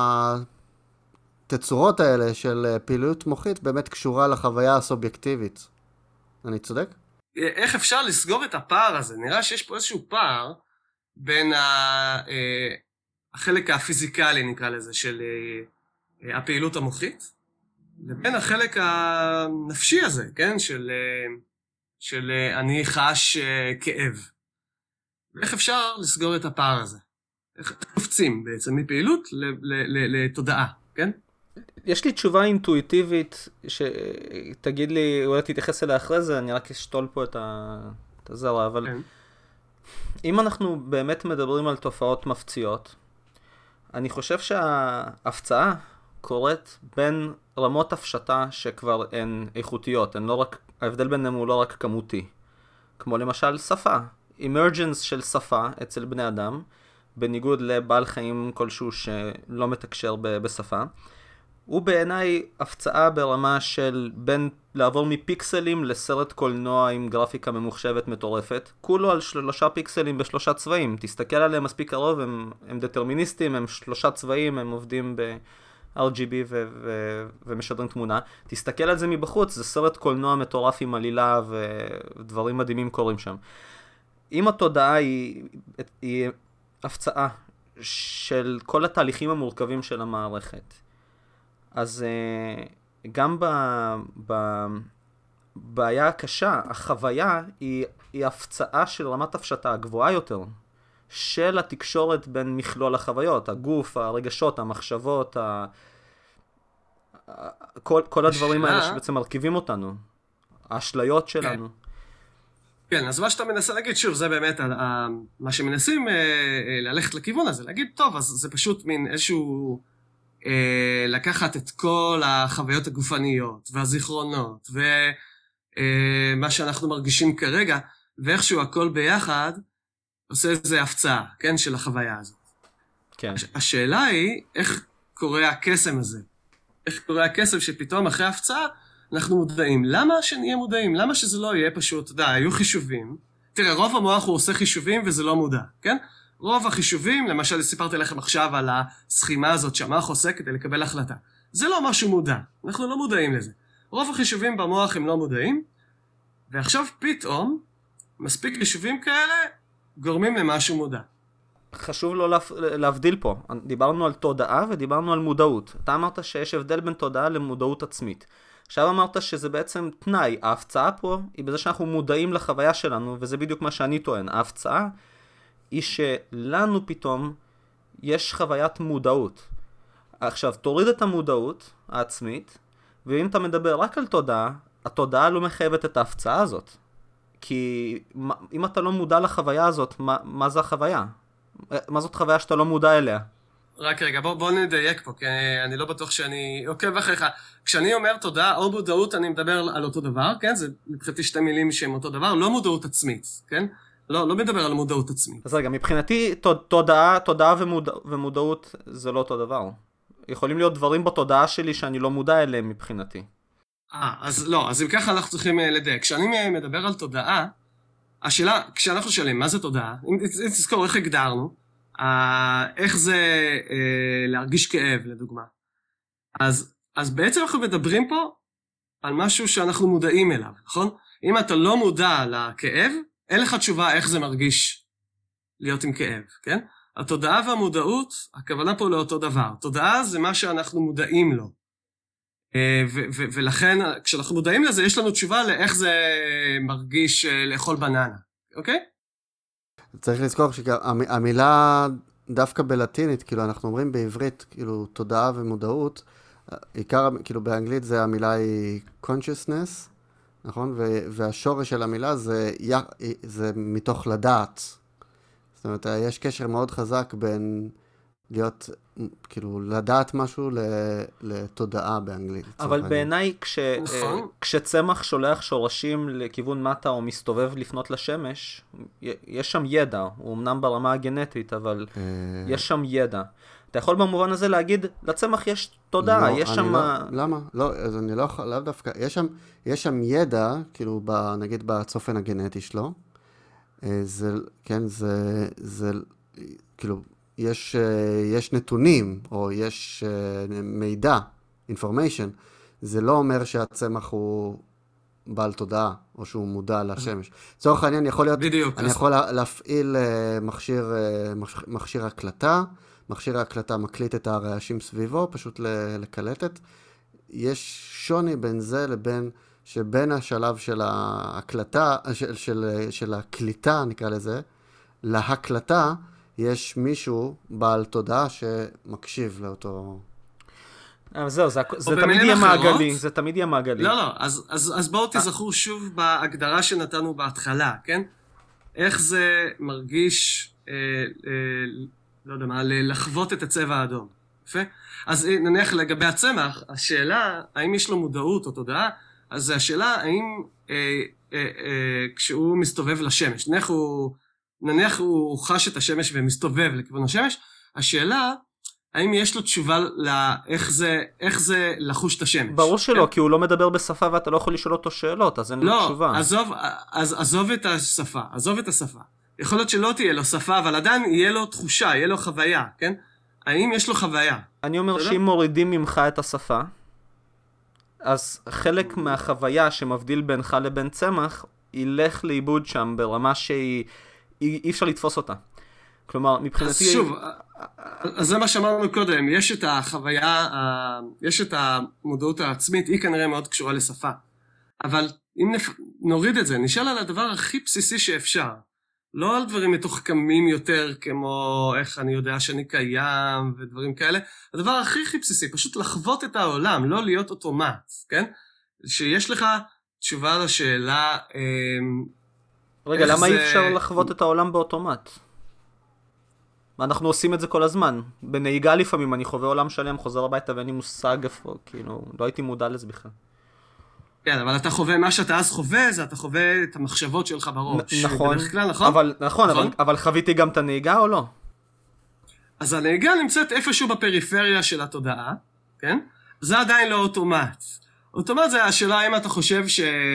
התצורות האלה של פעילות מוחית באמת קשורה לחוויה הסובייקטיבית. אני צודק? איך אפשר לסגור את הפער הזה? נראה שיש פה איזשהו פער בין החלק הפיזיקלי, נקרא לזה, של הפעילות המוחית, לבין החלק הנפשי הזה, כן? של, של אני חש כאב. ואיך אפשר לסגור את הפער הזה? איך קופצים בעצם מפעילות לתודעה, כן? יש לי תשובה אינטואיטיבית שתגיד לי, אולי תתייחס אליה אחרי זה, אני רק אשתול פה את הזרע, אבל כן. אם אנחנו באמת מדברים על תופעות מפציעות, אני חושב שההפצעה קורית בין רמות הפשטה שכבר הן איכותיות, הן לא רק, ההבדל ביניהם הוא לא רק כמותי, כמו למשל שפה, emergence של שפה אצל בני אדם, בניגוד לבעל חיים כלשהו שלא מתקשר בשפה, הוא בעיניי הפצעה ברמה של בין לעבור מפיקסלים לסרט קולנוע עם גרפיקה ממוחשבת מטורפת, כולו על שלושה פיקסלים בשלושה צבעים, תסתכל עליהם מספיק קרוב, הם, הם דטרמיניסטים, הם שלושה צבעים, הם עובדים ב-אר ג'י בי ו- ו- ומשדרים תמונה, תסתכל על זה מבחוץ, זה סרט קולנוע מטורף עם עלילה ודברים מדהימים קורים שם. אם התודעה היא, היא הפצעה של כל התהליכים המורכבים של המערכת, אז uh, גם בבעיה הקשה, החוויה היא, היא הפצעה של רמת הפשטה הגבוהה יותר, של התקשורת בין מכלול החוויות, הגוף, הרגשות, המחשבות, ה... כל, כל הדברים האלה שבעצם מרכיבים אותנו, האשליות שלנו. כן, אז מה שאתה מנסה להגיד, שוב, זה באמת מה שמנסים ללכת לכיוון הזה, להגיד, טוב, אז זה פשוט מין איזשהו... לקחת את כל החוויות הגופניות והזיכרונות ומה שאנחנו מרגישים כרגע, ואיכשהו הכל ביחד עושה איזו הפצעה, כן, של החוויה הזאת. כן. השאלה היא, איך קורה הקסם הזה? איך קורה הקסם שפתאום אחרי הפצעה אנחנו מודעים? למה שנהיה מודעים? למה שזה לא יהיה פשוט, אתה יודע, היו חישובים. תראה, רוב המוח הוא עושה חישובים וזה לא מודע, כן? רוב החישובים, למשל סיפרתי לכם עכשיו על הסכימה הזאת שהמוח עושה כדי לקבל החלטה. זה לא משהו מודע, אנחנו לא מודעים לזה. רוב החישובים במוח הם לא מודעים, ועכשיו פתאום, מספיק חישובים כאלה, גורמים למשהו מודע. חשוב לא להבדיל פה, דיברנו על תודעה ודיברנו על מודעות. אתה אמרת שיש הבדל בין תודעה למודעות עצמית. עכשיו אמרת שזה בעצם תנאי, ההפצעה פה היא בזה שאנחנו מודעים לחוויה שלנו, וזה בדיוק מה שאני טוען. ההפצעה היא שלנו פתאום יש חוויית מודעות. עכשיו, תוריד את המודעות העצמית, ואם אתה מדבר רק על תודעה, התודעה לא מחייבת את ההפצעה הזאת. כי אם אתה לא מודע לחוויה הזאת, מה, מה זה החוויה? מה זאת חוויה שאתה לא מודע אליה? רק רגע, בוא, בוא נדייק פה, כי אני לא בטוח שאני עוקב אחריך. כשאני אומר תודעה או מודעות, אני מדבר על אותו דבר, כן? זה מבחינתי שתי מילים שהן אותו דבר, לא מודעות עצמית, כן? לא, לא מדבר על מודעות עצמית. אז רגע, מבחינתי תודעה, תודעה ומודע, ומודעות זה לא אותו דבר. יכולים להיות דברים בתודעה שלי שאני לא מודע אליהם מבחינתי. אה, אז לא, אז אם ככה אנחנו צריכים לדייק. כשאני מדבר על תודעה, השאלה, כשאנחנו שואלים מה זה תודעה, אם תזכור איך הגדרנו, אה, איך זה אה, להרגיש כאב, לדוגמה. אז, אז בעצם אנחנו מדברים פה על משהו שאנחנו מודעים אליו, נכון? אם אתה לא מודע לכאב, אין לך תשובה איך זה מרגיש להיות עם כאב, כן? התודעה והמודעות, הכוונה פה לאותו דבר. תודעה זה מה שאנחנו מודעים לו. ו- ו- ולכן, כשאנחנו מודעים לזה, יש לנו תשובה לאיך זה מרגיש לאכול בננה, אוקיי? צריך לזכור שהמילה דווקא בלטינית, כאילו אנחנו אומרים בעברית, כאילו תודעה ומודעות, עיקר, כאילו באנגלית זה המילה היא consciousness, נכון? והשורש של המילה זה, זה מתוך לדעת. זאת אומרת, יש קשר מאוד חזק בין להיות, כאילו, לדעת משהו לתודעה באנגלית. אבל בעיניי, כש, כשצמח שולח שורשים לכיוון מטה או מסתובב לפנות לשמש, יש שם ידע, הוא אמנם ברמה הגנטית, אבל יש שם ידע. אתה יכול במובן הזה להגיד, לצמח יש תודעה, לא, יש שם... לא, למה? לא, אז אני לא יכול, לא דווקא, יש שם, יש שם ידע, כאילו, ב, נגיד בצופן הגנטי שלו, זה, כן, זה, זה, כאילו, יש, יש נתונים, או יש מידע, information, זה לא אומר שהצמח הוא בעל תודעה, או שהוא מודע לשמש. לצורך העניין יכול להיות, בדיוק, אני יכול להפעיל מכשיר, מכשיר הקלטה, מכשיר ההקלטה מקליט את הרעשים סביבו, פשוט לקלטת. יש שוני בין זה לבין, שבין השלב של ההקלטה, של, של, של הקליטה, נקרא לזה, להקלטה, יש מישהו בעל תודעה שמקשיב לאותו... אבל זהו, זה, זה תמיד יהיה מעגלי, זה תמיד יהיה מעגלי. לא, לא, אז, אז, אז בואו תזכרו שוב בהגדרה שנתנו בהתחלה, כן? איך זה מרגיש, אה, אה, לא יודע מה, לחוות את הצבע האדום. יפה? אז נניח לגבי הצמח, השאלה, האם יש לו מודעות או תודעה, אז השאלה, האם אה, אה, אה, כשהוא מסתובב לשמש, נניח הוא, נניח הוא חש את השמש ומסתובב לכיוון השמש, השאלה, האם יש לו תשובה לאיך זה, איך זה לחוש את השמש? ברור שלא, כי הוא לא מדבר בשפה ואתה לא יכול לשאול אותו שאלות, אז אין לו תשובה. לא, עזוב, אז, עזוב את השפה, עזוב את השפה. יכול להיות שלא תהיה לו שפה, אבל עדיין יהיה לו תחושה, יהיה לו חוויה, כן? האם יש לו חוויה? אני אומר שאם מורידים ממך את השפה, אז חלק מהחוויה שמבדיל בינך לבין צמח, ילך לאיבוד שם ברמה שהיא, אי אפשר לתפוס אותה. כלומר, מבחינתי... אז שוב, אז זה מה שאמרנו קודם, יש את החוויה, יש את המודעות העצמית, היא כנראה מאוד קשורה לשפה. אבל אם נוריד את זה, נשאל על הדבר הכי בסיסי שאפשר. לא על דברים מתוחכמים יותר, כמו איך אני יודע שאני קיים ודברים כאלה. הדבר הכי הכי בסיסי, פשוט לחוות את העולם, לא להיות אוטומט, כן? שיש לך תשובה לשאלה... רגע, למה אי אפשר לחוות את העולם באוטומט? אנחנו עושים את זה כל הזמן. בנהיגה לפעמים אני חווה עולם שלם, חוזר הביתה ואין לי מושג איפה, כאילו, לא הייתי מודע לזה בכלל. כן, אבל אתה חווה, מה שאתה אז חווה, זה אתה חווה את המחשבות שלך בראש. נכון, בדרך כלל, נכון? אבל, נכון, אבל, אבל חוויתי גם את הנהיגה או לא? אז הנהיגה נמצאת איפשהו בפריפריה של התודעה, כן? זה עדיין לא אוטומט. אוטומט זה השאלה האם אתה חושב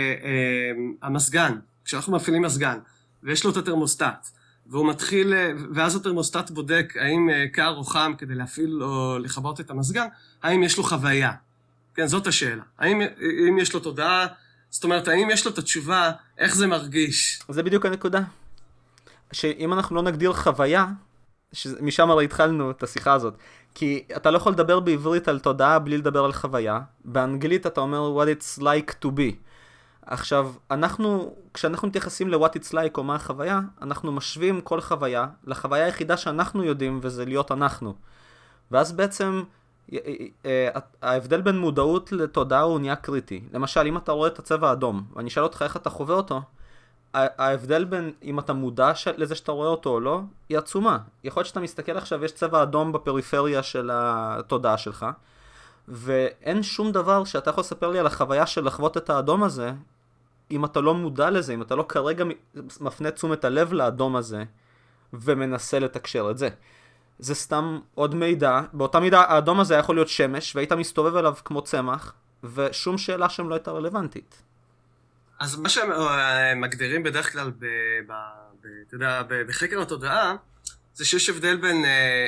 שהמסגן, כשאנחנו מפעילים מסגן, ויש לו את התרמוסטט, והוא מתחיל, ואז התרמוסטט בודק האם קר או חם כדי להפעיל או לכבות את המסגן, האם יש לו חוויה. כן, זאת השאלה. האם, האם יש לו תודעה, זאת אומרת, האם יש לו את התשובה, איך זה מרגיש? זה בדיוק הנקודה. שאם אנחנו לא נגדיר חוויה, משם הרי התחלנו את השיחה הזאת, כי אתה לא יכול לדבר בעברית על תודעה בלי לדבר על חוויה. באנגלית אתה אומר what it's like to be. עכשיו, אנחנו, כשאנחנו מתייחסים ל-what it's like או מה החוויה, אנחנו משווים כל חוויה לחוויה היחידה שאנחנו יודעים, וזה להיות אנחנו. ואז בעצם, ההבדל בין מודעות לתודעה הוא נהיה קריטי. למשל, אם אתה רואה את הצבע האדום, ואני אשאל אותך איך אתה חווה אותו, ההבדל בין אם אתה מודע לזה שאתה רואה אותו או לא, היא עצומה. יכול להיות שאתה מסתכל עכשיו, יש צבע אדום בפריפריה של התודעה שלך, ואין שום דבר שאתה יכול לספר לי על החוויה של לחוות את האדום הזה, אם אתה לא מודע לזה, אם אתה לא כרגע מפנה תשומת הלב לאדום הזה, ומנסה לתקשר את זה. זה סתם עוד מידע, באותה מידה האדום הזה יכול להיות שמש, והיית מסתובב אליו כמו צמח, ושום שאלה שם לא הייתה רלוונטית. אז מה שהם מגדירים בדרך כלל, ב, ב, ב, אתה יודע, בחקר התודעה, זה שיש הבדל בין,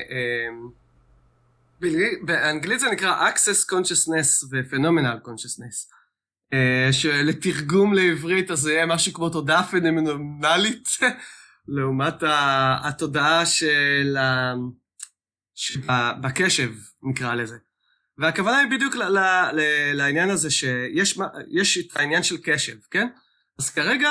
באנגלית זה נקרא Access Consciousness ו-Phenomenal Consciousness, שלתרגום לעברית אז זה יהיה משהו כמו תודעה פנומנלית, לעומת התודעה של בקשב, נקרא לזה. והכוונה היא בדיוק לעניין הזה שיש את העניין של קשב, כן? אז כרגע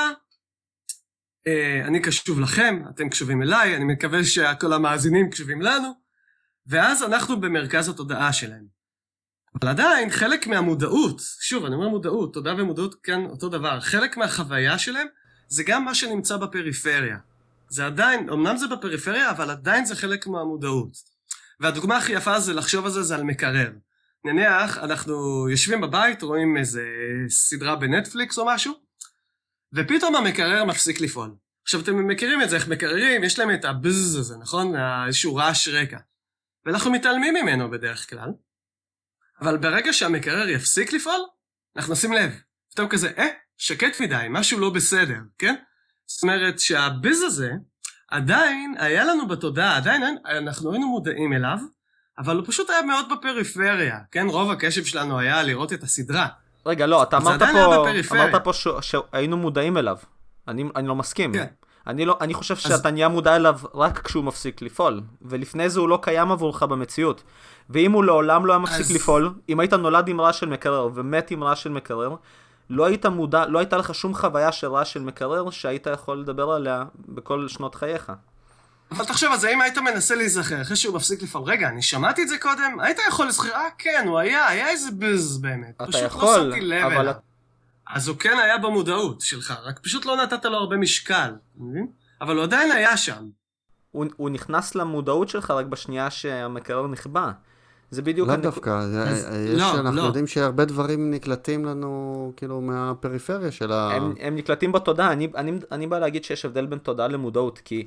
אני קשוב לכם, אתם קשובים אליי, אני מקווה שכל המאזינים קשובים לנו, ואז אנחנו במרכז התודעה שלהם. אבל עדיין חלק מהמודעות, שוב אני אומר מודעות, תודעה ומודעות כאן אותו דבר, חלק מהחוויה שלהם זה גם מה שנמצא בפריפריה. זה עדיין, אמנם זה בפריפריה, אבל עדיין זה חלק מהמודעות. והדוגמה הכי יפה זה לחשוב על זה, זה על מקרר. נניח, אנחנו יושבים בבית, רואים איזה סדרה בנטפליקס או משהו, ופתאום המקרר מפסיק לפעול. עכשיו, אתם מכירים את זה, איך מקררים, יש להם את הבזז הזה, נכון? איזשהו רעש רקע. ואנחנו מתעלמים ממנו בדרך כלל, אבל ברגע שהמקרר יפסיק לפעול, אנחנו נשים לב. פתאום כזה, אה, שקט מדי, משהו לא בסדר, כן? זאת אומרת שהבז הזה, עדיין היה לנו בתודעה, עדיין אנחנו היינו מודעים אליו, אבל הוא פשוט היה מאוד בפריפריה, כן? רוב הקשב שלנו היה לראות את הסדרה. רגע, לא, אתה אמרת פה, אמרת פה ש... שהיינו מודעים אליו. אני, אני לא מסכים. כן. אני, לא, אני חושב שאתה אז... נהיה מודע אליו רק כשהוא מפסיק לפעול, ולפני זה הוא לא קיים עבורך במציאות. ואם הוא לעולם לא היה מפסיק אז... לפעול, אם היית נולד עם רעש של מקרר ומת עם רעש של מקרר, לא היית מודע, לא הייתה לך שום חוויה של רעש של מקרר שהיית יכול לדבר עליה בכל שנות חייך. אבל תחשוב, אז האם היית מנסה להיזכר אחרי שהוא מפסיק לפעול? רגע, אני שמעתי את זה קודם? היית יכול לזכר? אה, כן, הוא היה, היה איזה בז באמת. אתה יכול, אבל... אז הוא כן היה במודעות שלך, רק פשוט לא נתת לו הרבה משקל, מבין? אבל הוא עדיין היה שם. הוא, הוא נכנס למודעות שלך רק בשנייה שהמקרר נכבה. זה בדיוק... לא דווקא, אנחנו יודעים שהרבה דברים נקלטים לנו כאילו מהפריפריה של ה... הם נקלטים בתודעה, אני בא להגיד שיש הבדל בין תודעה למודעות, כי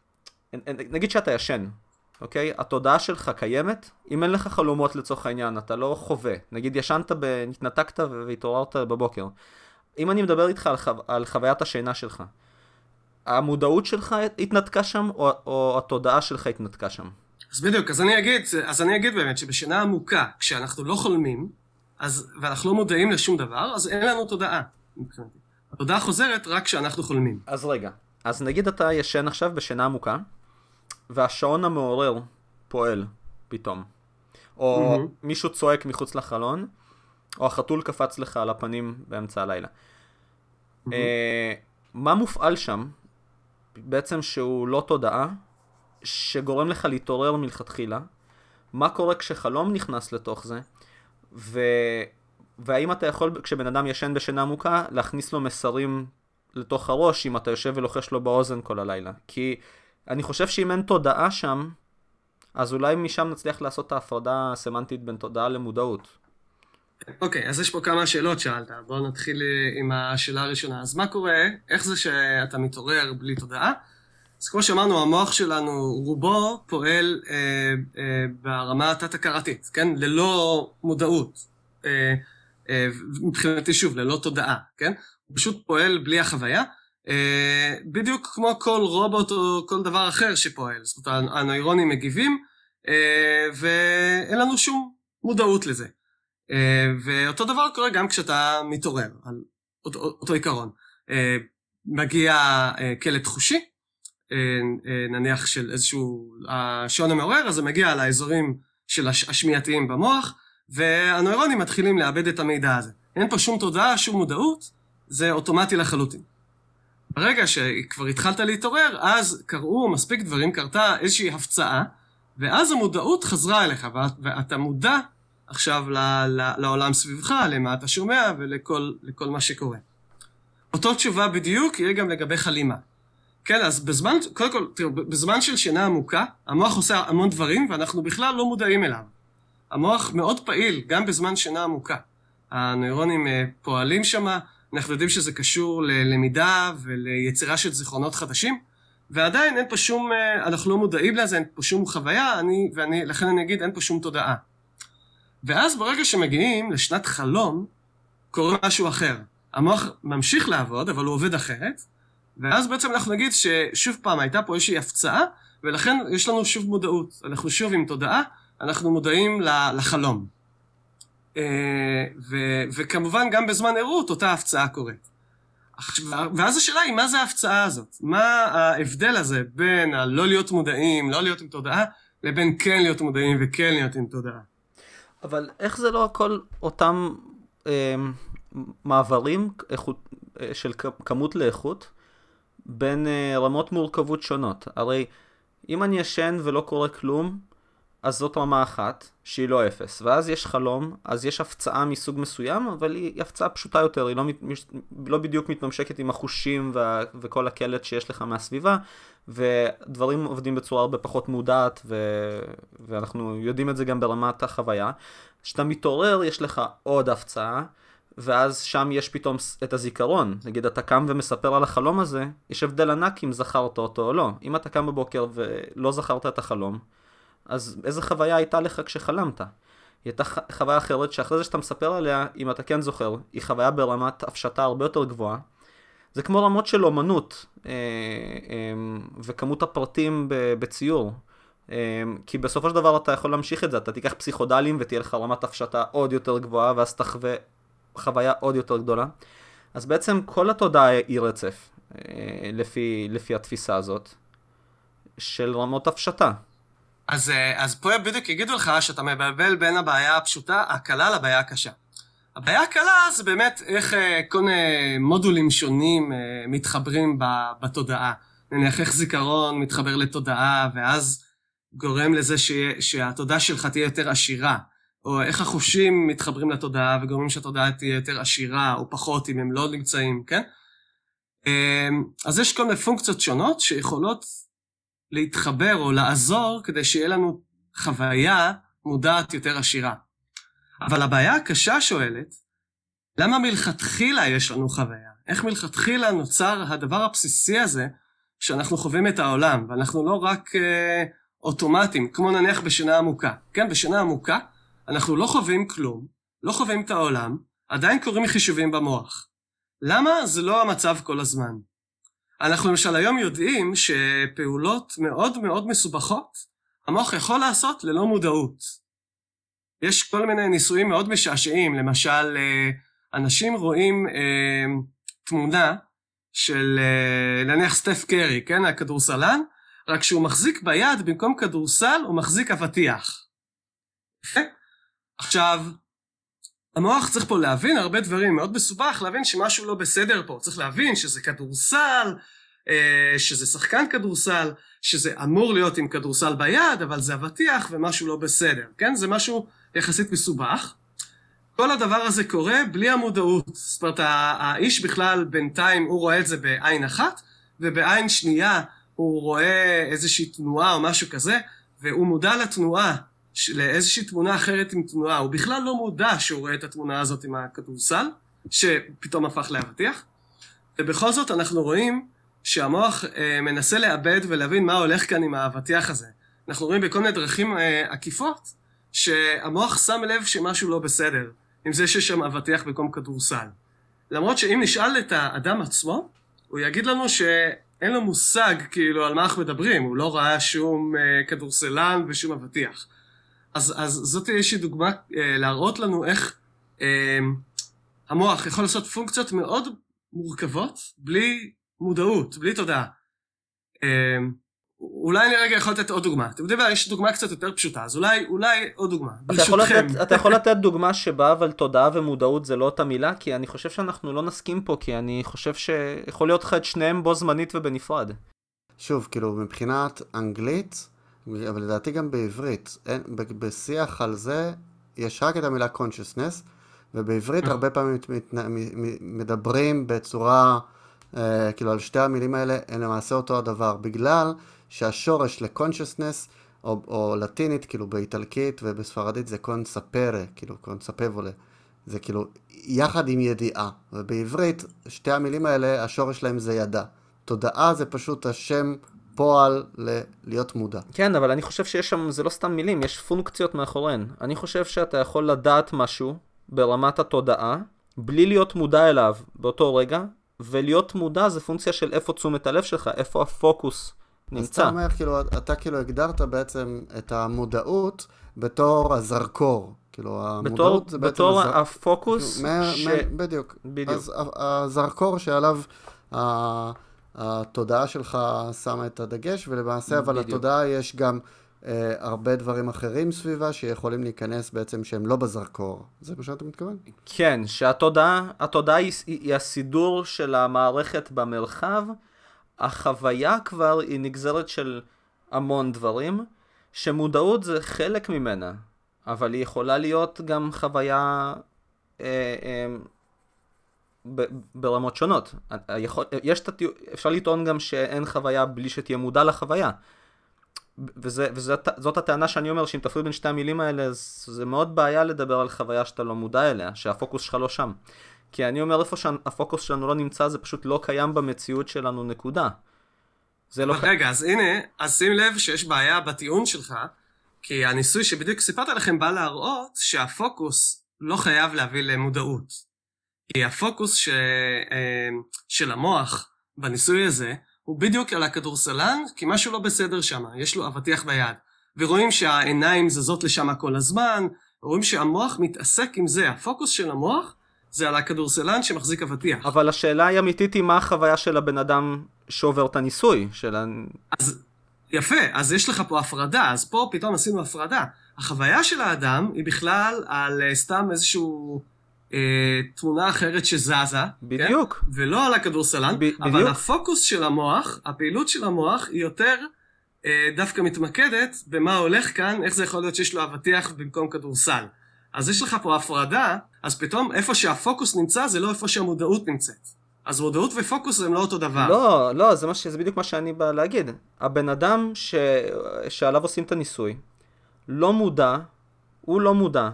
נגיד שאתה ישן, אוקיי? התודעה שלך קיימת, אם אין לך חלומות לצורך העניין, אתה לא חווה. נגיד ישנת, נתנתקת והתעוררת בבוקר. אם אני מדבר איתך על, חו... על חוויית השינה שלך, המודעות שלך התנתקה שם, או, או התודעה שלך התנתקה שם? אז בדיוק, אז אני אגיד, אז אני אגיד באמת שבשינה עמוקה, כשאנחנו לא חולמים, אז, ואנחנו לא מודעים לשום דבר, אז אין לנו תודעה. התודעה חוזרת רק כשאנחנו חולמים. אז רגע, אז נגיד אתה ישן עכשיו בשינה עמוקה, והשעון המעורר פועל פתאום. או mm-hmm. מישהו צועק מחוץ לחלון, או החתול קפץ לך על הפנים באמצע הלילה. Mm-hmm. אה, מה מופעל שם? בעצם שהוא לא תודעה, שגורם לך להתעורר מלכתחילה. מה קורה כשחלום נכנס לתוך זה? ו... והאם אתה יכול, כשבן אדם ישן בשינה עמוקה, להכניס לו מסרים לתוך הראש, אם אתה יושב ולוחש לו באוזן כל הלילה? כי אני חושב שאם אין תודעה שם, אז אולי משם נצליח לעשות את ההפרדה הסמנטית בין תודעה למודעות. אוקיי, אז יש פה כמה שאלות שאלת. בואו נתחיל עם השאלה הראשונה. אז מה קורה? איך זה שאתה מתעורר בלי תודעה? אז כמו שאמרנו, המוח שלנו, רובו פועל אה, אה, ברמה התת-הכרתית, כן? ללא מודעות. אה, אה, מבחינתי שוב, ללא תודעה, כן? הוא פשוט פועל בלי החוויה. Uh, בדיוק כמו כל רובוט או כל דבר אחר שפועל. זאת אומרת, הנוירונים מגיבים, uh, ואין לנו שום מודעות לזה. Uh, ואותו דבר קורה גם כשאתה מתעורר, על אותו, אותו עיקרון. Uh, מגיע uh, קלט חושי, uh, uh, נניח של איזשהו השעון המעורר, אז זה מגיע לאזורים של הש, השמיעתיים במוח, והנוירונים מתחילים לאבד את המידע הזה. אין פה שום תודעה, שום מודעות, זה אוטומטי לחלוטין. ברגע שכבר התחלת להתעורר, אז קראו מספיק דברים, קרתה איזושהי הפצעה, ואז המודעות חזרה אליך, ואתה מודע עכשיו לעולם סביבך, למה אתה שומע ולכל לכל מה שקורה. אותו תשובה בדיוק יהיה גם לגבי חלימה. כן, אז בזמן, קודם כל, תראו, בזמן של שינה עמוקה, המוח עושה המון דברים, ואנחנו בכלל לא מודעים אליו. המוח מאוד פעיל, גם בזמן שינה עמוקה. הנוירונים פועלים שמה, אנחנו יודעים שזה קשור ללמידה וליצירה של זיכרונות חדשים, ועדיין אין פה שום, אנחנו לא מודעים לזה, אין פה שום חוויה, אני, ואני, לכן אני אגיד, אין פה שום תודעה. ואז ברגע שמגיעים לשנת חלום, קורה משהו אחר. המוח ממשיך לעבוד, אבל הוא עובד אחרת, ואז בעצם אנחנו נגיד ששוב פעם הייתה פה איזושהי הפצעה, ולכן יש לנו שוב מודעות. אנחנו שוב עם תודעה, אנחנו מודעים לחלום. ו- וכמובן גם בזמן ערות אותה הפצעה קורית. ואז השאלה היא, מה זה ההפצעה הזאת? מה ההבדל הזה בין הלא להיות מודעים, לא להיות עם תודעה, לבין כן להיות מודעים וכן להיות עם תודעה? אבל איך זה לא הכל אותם אה, מעברים איכות, אה, של כמות לאיכות בין אה, רמות מורכבות שונות? הרי אם אני ישן ולא קורה כלום, אז זאת רמה אחת, שהיא לא אפס. ואז יש חלום, אז יש הפצעה מסוג מסוים, אבל היא הפצעה פשוטה יותר, היא לא, לא בדיוק מתממשקת עם החושים וה, וכל הקלט שיש לך מהסביבה, ודברים עובדים בצורה הרבה פחות מודעת, ו, ואנחנו יודעים את זה גם ברמת החוויה. כשאתה מתעורר, יש לך עוד הפצעה, ואז שם יש פתאום את הזיכרון. נגיד, אתה קם ומספר על החלום הזה, יש הבדל ענק אם זכרת אותו או לא. אם אתה קם בבוקר ולא זכרת את החלום, אז איזה חוויה הייתה לך כשחלמת? היא הייתה חוויה אחרת שאחרי זה שאתה מספר עליה, אם אתה כן זוכר, היא חוויה ברמת הפשטה הרבה יותר גבוהה. זה כמו רמות של אומנות, וכמות הפרטים בציור. כי בסופו של דבר אתה יכול להמשיך את זה, אתה תיקח פסיכודלים ותהיה לך רמת הפשטה עוד יותר גבוהה, ואז תחווה חוויה עוד יותר גדולה. אז בעצם כל התודעה היא רצף, לפי, לפי התפיסה הזאת, של רמות הפשטה. אז, אז פה בדיוק יגידו לך שאתה מבלבל בין הבעיה הפשוטה, הקלה לבעיה הקשה. הבעיה הקלה זה באמת איך כל מיני מודולים שונים מתחברים בתודעה. נניח איך זיכרון מתחבר לתודעה, ואז גורם לזה ש... שהתודעה שלך תהיה יותר עשירה. או איך החושים מתחברים לתודעה וגורמים שהתודעה תהיה יותר עשירה או פחות אם הם לא נמצאים, כן? אז יש כל מיני פונקציות שונות שיכולות להתחבר או לעזור כדי שיהיה לנו חוויה מודעת יותר עשירה. אבל הבעיה הקשה שואלת, למה מלכתחילה יש לנו חוויה? איך מלכתחילה נוצר הדבר הבסיסי הזה שאנחנו חווים את העולם, ואנחנו לא רק אה, אוטומטים, כמו נניח בשינה עמוקה. כן, בשינה עמוקה אנחנו לא חווים כלום, לא חווים את העולם, עדיין קוראים חישובים במוח. למה? זה לא המצב כל הזמן. אנחנו למשל היום יודעים שפעולות מאוד מאוד מסובכות, המוח יכול לעשות ללא מודעות. יש כל מיני ניסויים מאוד משעשעים, למשל אנשים רואים אה, תמונה של אה, נניח סטף קרי, כן, הכדורסלן, רק שהוא מחזיק ביד במקום כדורסל הוא מחזיק אבטיח. עכשיו, המוח צריך פה להבין הרבה דברים, מאוד מסובך להבין שמשהו לא בסדר פה, צריך להבין שזה כדורסל, שזה שחקן כדורסל, שזה אמור להיות עם כדורסל ביד, אבל זה אבטיח ומשהו לא בסדר, כן? זה משהו יחסית מסובך. כל הדבר הזה קורה בלי המודעות, זאת אומרת, האיש בכלל בינתיים הוא רואה את זה בעין אחת, ובעין שנייה הוא רואה איזושהי תנועה או משהו כזה, והוא מודע לתנועה, לאיזושהי תמונה אחרת עם תנועה, הוא בכלל לא מודע שהוא רואה את התמונה הזאת עם הכדורסל, שפתאום הפך להבטיח, ובכל זאת אנחנו רואים שהמוח אה, מנסה לאבד ולהבין מה הולך כאן עם האבטיח הזה. אנחנו רואים בכל מיני דרכים אה, עקיפות, שהמוח שם לב שמשהו לא בסדר, עם זה שיש שם אבטיח במקום כדורסל. למרות שאם נשאל את האדם עצמו, הוא יגיד לנו שאין לו מושג כאילו על מה אנחנו מדברים, הוא לא ראה שום אה, כדורסלן ושום אבטיח. אז, אז זאת איזושהי דוגמה אה, להראות לנו איך אה, המוח יכול לעשות פונקציות מאוד מורכבות, בלי מודעות, בלי תודעה. אה, אולי אני רגע יכול לתת עוד דוגמה. אתם יודעים, יש דוגמה קצת יותר פשוטה, אז אולי, אולי עוד דוגמה. אתה יכול, לתת, אתה יכול לתת דוגמה שבה, אבל תודעה ומודעות זה לא אותה מילה, כי אני חושב שאנחנו לא נסכים פה, כי אני חושב שיכול להיות לך את שניהם בו זמנית ובנפרד. שוב, כאילו, מבחינת אנגלית, אבל לדעתי גם בעברית, אין, בשיח על זה, יש רק את המילה consciousness, ובעברית הרבה פעמים מדברים בצורה, אה, כאילו, על שתי המילים האלה, הן למעשה אותו הדבר, בגלל שהשורש ל-consciousness, או, או לטינית, כאילו באיטלקית ובספרדית זה קונספרה, כאילו קונספבולה. זה כאילו יחד עם ידיעה. ובעברית, שתי המילים האלה, השורש להם זה ידע. תודעה זה פשוט השם פועל ל- להיות מודע. כן, אבל אני חושב שיש שם, זה לא סתם מילים, יש פונקציות מאחוריהן. אני חושב שאתה יכול לדעת משהו ברמת התודעה, בלי להיות מודע אליו באותו רגע, ולהיות מודע זה פונקציה של איפה תשומת הלב שלך, איפה הפוקוס נמצא. אז אתה אומר, כאילו, אתה כאילו הגדרת בעצם את המודעות בתור הזרקור. כאילו, המודעות בתור, זה בעצם... בתור הזר... הפוקוס מה, ש... מה, בדיוק. בדיוק. אז הזרקור שעליו התודעה שלך שמה את הדגש, ולמעשה, אבל בדיוק. התודעה יש גם אה, הרבה דברים אחרים סביבה שיכולים להיכנס בעצם שהם לא בזרקור. זה מה שאתה מתכוון? כן, שהתודעה, התודעה היא, היא הסידור של המערכת במרחב, החוויה כבר היא נגזרת של המון דברים, שמודעות זה חלק ממנה, אבל היא יכולה להיות גם חוויה אה, אה, ב, ברמות שונות. יכול, יש תטיו, אפשר לטעון גם שאין חוויה בלי שתהיה מודע לחוויה. וזה, וזאת הטענה שאני אומר, שאם תפריד בין שתי המילים האלה, זה מאוד בעיה לדבר על חוויה שאתה לא מודע אליה, שהפוקוס שלך לא שם. כי אני אומר, איפה שהפוקוס שלנו לא נמצא, זה פשוט לא קיים במציאות שלנו, נקודה. זה לא... רגע, אז הנה, אז שים לב שיש בעיה בטיעון שלך, כי הניסוי שבדיוק סיפרת לכם בא להראות שהפוקוס לא חייב להביא למודעות. כי הפוקוס ש... של המוח בניסוי הזה, הוא בדיוק על הכדורסלן, כי משהו לא בסדר שם, יש לו אבטיח ביד. ורואים שהעיניים זזות לשם כל הזמן, רואים שהמוח מתעסק עם זה. הפוקוס של המוח זה על הכדורסלן שמחזיק אבטיח. אבל השאלה היא אמיתית היא מה החוויה של הבן אדם שעובר את הניסוי. של... אז יפה, אז יש לך פה הפרדה, אז פה פתאום עשינו הפרדה. החוויה של האדם היא בכלל על סתם איזשהו אה, תמונה אחרת שזזה. בדיוק. כן? ולא על הכדורסלן, ב- אבל בדיוק. הפוקוס של המוח, הפעילות של המוח היא יותר אה, דווקא מתמקדת במה הולך כאן, איך זה יכול להיות שיש לו אבטיח במקום כדורסל. אז יש לך פה הפרדה, אז פתאום איפה שהפוקוס נמצא זה לא איפה שהמודעות נמצאת. אז מודעות ופוקוס הם לא אותו דבר. לא, לא, זה, מה ש... זה בדיוק מה שאני בא להגיד. הבן אדם ש... שעליו עושים את הניסוי, לא מודע, הוא לא מודע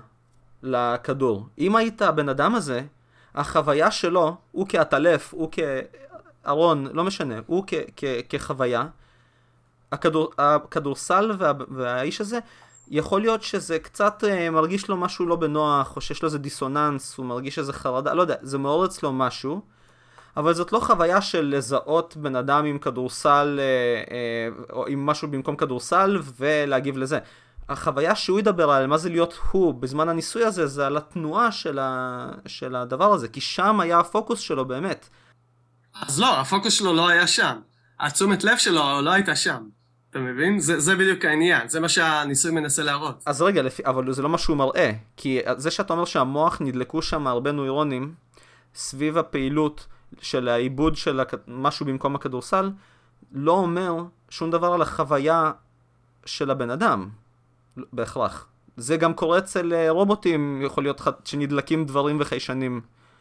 לכדור. אם היית הבן אדם הזה, החוויה שלו, הוא כעטלף, הוא כארון, לא משנה, הוא כ... כ... כחוויה, הכדור... הכדורסל וה... והאיש הזה, יכול להיות שזה קצת מרגיש לו משהו לא בנוח, או שיש לו איזה דיסוננס, הוא מרגיש איזה חרדה, לא יודע, זה מעורר אצלו משהו, אבל זאת לא חוויה של לזהות בן אדם עם כדורסל, או עם משהו במקום כדורסל, ולהגיב לזה. החוויה שהוא ידבר על מה זה להיות הוא בזמן הניסוי הזה, זה על התנועה של, ה... של הדבר הזה, כי שם היה הפוקוס שלו באמת. אז לא, הפוקוס שלו לא היה שם. התשומת לב שלו לא הייתה שם. אתה מבין? זה, זה בדיוק העניין, זה מה שהניסוי מנסה להראות. אז רגע, לפי, אבל זה לא מה שהוא מראה, כי זה שאתה אומר שהמוח נדלקו שם הרבה נוירונים, סביב הפעילות של העיבוד של הכ... משהו במקום הכדורסל, לא אומר שום דבר על החוויה של הבן אדם, בהכרח. זה גם קורה אצל רובוטים, יכול להיות שנדלקים דברים וחיישנים,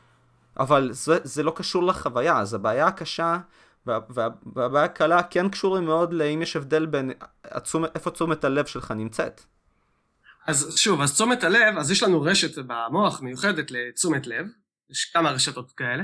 אבל זה, זה לא קשור לחוויה, אז הבעיה הקשה, והבעיה הקלה כן קשורים מאוד לאם יש הבדל בין עצום, איפה תשומת הלב שלך נמצאת. אז שוב, אז תשומת הלב, אז יש לנו רשת במוח מיוחדת לתשומת לב, יש כמה רשתות כאלה,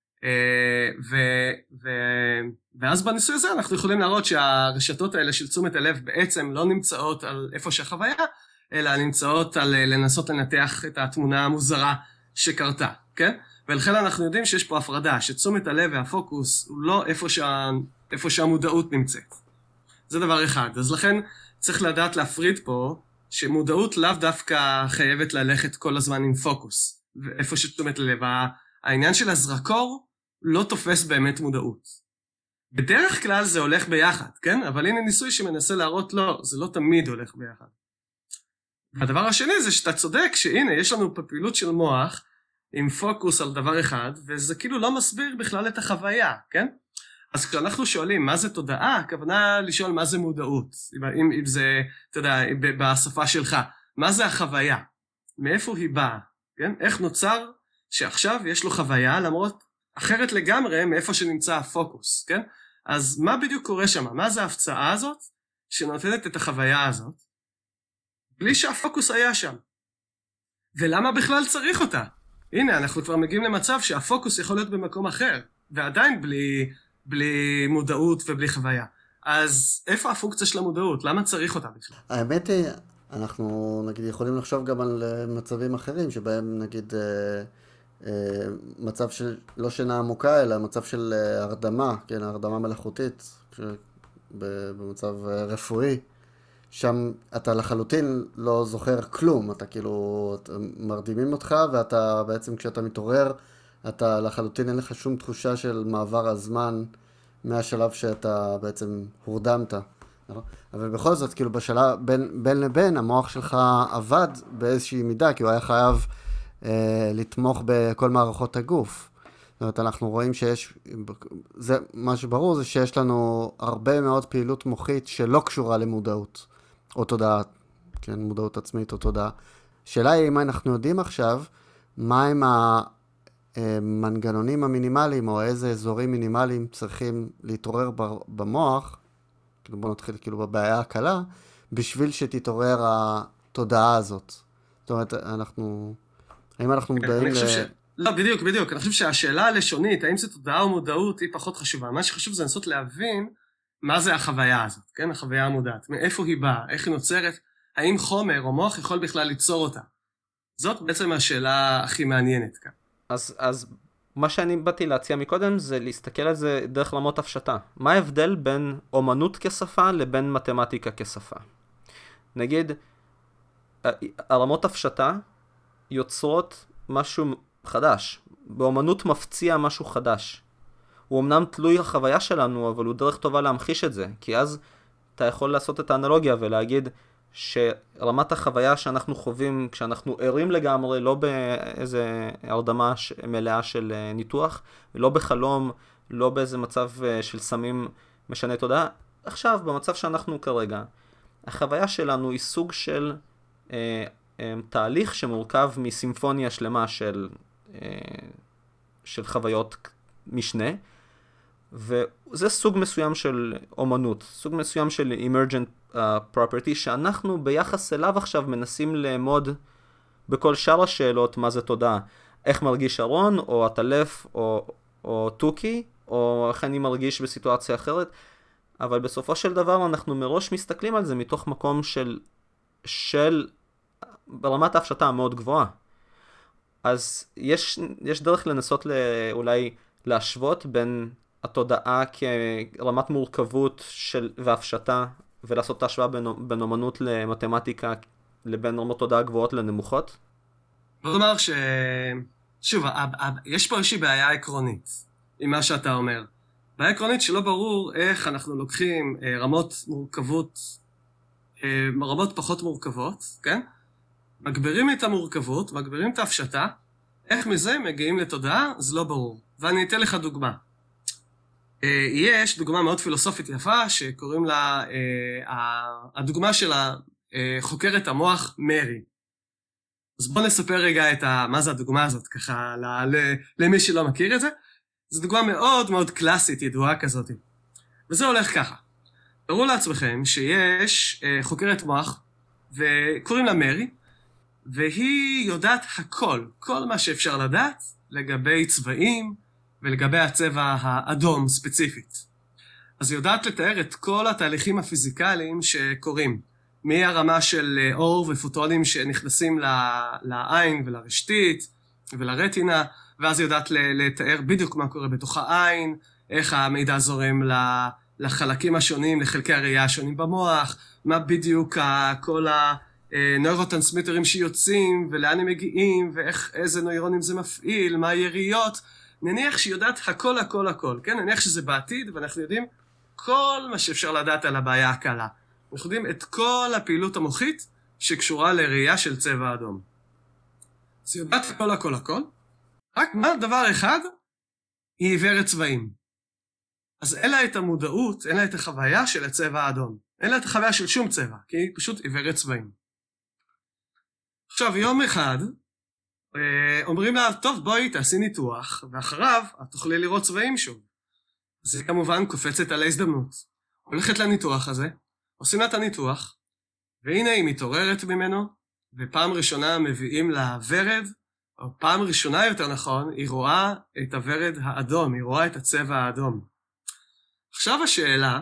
ו, ו, ואז בניסוי הזה אנחנו יכולים להראות שהרשתות האלה של תשומת הלב בעצם לא נמצאות על איפה שהחוויה, אלא נמצאות על לנסות לנתח את התמונה המוזרה שקרתה, כן? ולכן אנחנו יודעים שיש פה הפרדה, שתשומת הלב והפוקוס הוא לא איפה, שה, איפה שהמודעות נמצאת. זה דבר אחד. אז לכן צריך לדעת להפריד פה, שמודעות לאו דווקא חייבת ללכת כל הזמן עם פוקוס. ואיפה שתשומת הלב, העניין של הזרקור לא תופס באמת מודעות. בדרך כלל זה הולך ביחד, כן? אבל הנה ניסוי שמנסה להראות לא, זה לא תמיד הולך ביחד. והדבר השני זה שאתה צודק שהנה יש לנו פעילות של מוח, עם פוקוס על דבר אחד, וזה כאילו לא מסביר בכלל את החוויה, כן? אז כשאנחנו שואלים מה זה תודעה, הכוונה לשאול מה זה מודעות. אם, אם זה, אתה יודע, בשפה שלך, מה זה החוויה? מאיפה היא באה? כן? איך נוצר שעכשיו יש לו חוויה, למרות אחרת לגמרי מאיפה שנמצא הפוקוס, כן? אז מה בדיוק קורה שם? מה זה ההפצעה הזאת שנותנת את החוויה הזאת? בלי שהפוקוס היה שם. ולמה בכלל צריך אותה? הנה, אנחנו כבר מגיעים למצב שהפוקוס יכול להיות במקום אחר, ועדיין בלי, בלי מודעות ובלי חוויה. אז איפה הפונקציה של המודעות? למה צריך אותה בכלל? האמת היא, אנחנו נגיד יכולים לחשוב גם על מצבים אחרים, שבהם נגיד מצב של לא שינה עמוקה, אלא מצב של הרדמה, כן, הרדמה מלאכותית, במצב רפואי. שם אתה לחלוטין לא זוכר כלום, אתה כאילו מרדימים אותך, ואתה בעצם כשאתה מתעורר, אתה לחלוטין אין לך שום תחושה של מעבר הזמן מהשלב שאתה בעצם הורדמת. אבל בכל זאת, כאילו בשלב, בין, בין לבין, המוח שלך עבד באיזושהי מידה, כי הוא היה חייב אה, לתמוך בכל מערכות הגוף. זאת אומרת, אנחנו רואים שיש, זה, מה שברור זה שיש לנו הרבה מאוד פעילות מוחית שלא קשורה למודעות. או תודעה, כן, מודעות עצמית או תודעה. שאלה היא אם אנחנו יודעים עכשיו, מה הם המנגנונים המינימליים, או איזה אזורים מינימליים צריכים להתעורר במוח, כאילו בוא נתחיל כאילו בבעיה הקלה, בשביל שתתעורר התודעה הזאת. זאת אומרת, אנחנו, האם אנחנו מודעים ל... ש... לא, בדיוק, בדיוק. אני חושב שהשאלה הלשונית, האם זה תודעה או מודעות, היא פחות חשובה. מה שחשוב זה לנסות להבין, מה זה החוויה הזאת, כן? החוויה המודעת. מאיפה היא באה? איך היא נוצרת? האם חומר או מוח יכול בכלל ליצור אותה? זאת בעצם השאלה הכי מעניינת כאן. אז, אז מה שאני באתי להציע מקודם זה להסתכל על זה דרך רמות הפשטה. מה ההבדל בין אומנות כשפה לבין מתמטיקה כשפה? נגיד, הרמות הפשטה יוצרות משהו חדש. באומנות מפציע משהו חדש. הוא אמנם תלוי החוויה שלנו, אבל הוא דרך טובה להמחיש את זה. כי אז אתה יכול לעשות את האנלוגיה ולהגיד שרמת החוויה שאנחנו חווים כשאנחנו ערים לגמרי, לא באיזה הרדמה מלאה של ניתוח, לא בחלום, לא באיזה מצב של סמים משנה תודעה. עכשיו, במצב שאנחנו כרגע, החוויה שלנו היא סוג של אה, אה, תהליך שמורכב מסימפוניה שלמה של, אה, של חוויות משנה, וזה סוג מסוים של אומנות, סוג מסוים של emergent uh, property, שאנחנו ביחס אליו עכשיו מנסים לאמוד בכל שאר השאלות מה זה תודעה. איך מרגיש ארון, או הטלף, או, או טוקי, או איך אני מרגיש בסיטואציה אחרת, אבל בסופו של דבר אנחנו מראש מסתכלים על זה מתוך מקום של, של ברמת ההפשטה המאוד גבוהה. אז יש, יש דרך לנסות אולי להשוות בין התודעה כרמת מורכבות של, והפשטה, ולעשות את ההשוואה בין, בין אומנות למתמטיקה, לבין רמות תודעה גבוהות לנמוכות? בוא נאמר ש... שוב, יש פה איזושהי בעיה עקרונית, עם מה שאתה אומר. בעיה עקרונית שלא ברור איך אנחנו לוקחים רמות מורכבות, רמות פחות מורכבות, כן? מגבירים את המורכבות, מגבירים את ההפשטה, איך מזה מגיעים לתודעה, זה לא ברור. ואני אתן לך דוגמה. יש דוגמה מאוד פילוסופית יפה, שקוראים לה, הדוגמה של חוקרת המוח מרי. אז בוא נספר רגע את ה, מה זה הדוגמה הזאת, ככה, למי שלא מכיר את זה. זו דוגמה מאוד מאוד קלאסית, ידועה כזאת. וזה הולך ככה. תראו לעצמכם שיש חוקרת מוח, וקוראים לה מרי, והיא יודעת הכל, כל מה שאפשר לדעת, לגבי צבעים, ולגבי הצבע האדום ספציפית. אז היא יודעת לתאר את כל התהליכים הפיזיקליים שקורים, מהרמה של אור ופוטונים שנכנסים לעין ולרשתית ולרטינה, ואז היא יודעת לתאר בדיוק מה קורה בתוך העין, איך המידע זורם לחלקים השונים, לחלקי הראייה השונים במוח, מה בדיוק כל הנוירוטרנסמיטרים שיוצאים ולאן הם מגיעים, ואיזה נוירונים זה מפעיל, מה היריות. נניח שהיא יודעת הכל הכל הכל, כן? נניח שזה בעתיד, ואנחנו יודעים כל מה שאפשר לדעת על הבעיה הקלה. אנחנו יודעים את כל הפעילות המוחית שקשורה לראייה של צבע אדום. אז היא יודעת הכל הכל הכל, רק מה דבר אחד? היא עיוורת צבעים. אז אין לה את המודעות, אין לה את החוויה של הצבע האדום. אין לה את החוויה של שום צבע, כי היא פשוט עיוורת צבעים. עכשיו, יום אחד, אומרים לה, טוב, בואי, תעשי ניתוח, ואחריו את תוכלי לראות צבעים שוב. אז היא כמובן קופצת על ההזדמנות. הולכת לניתוח הזה, עושים לה את הניתוח, והנה היא מתעוררת ממנו, ופעם ראשונה מביאים לה ורד, או פעם ראשונה יותר נכון, היא רואה את הורד האדום, היא רואה את הצבע האדום. עכשיו השאלה,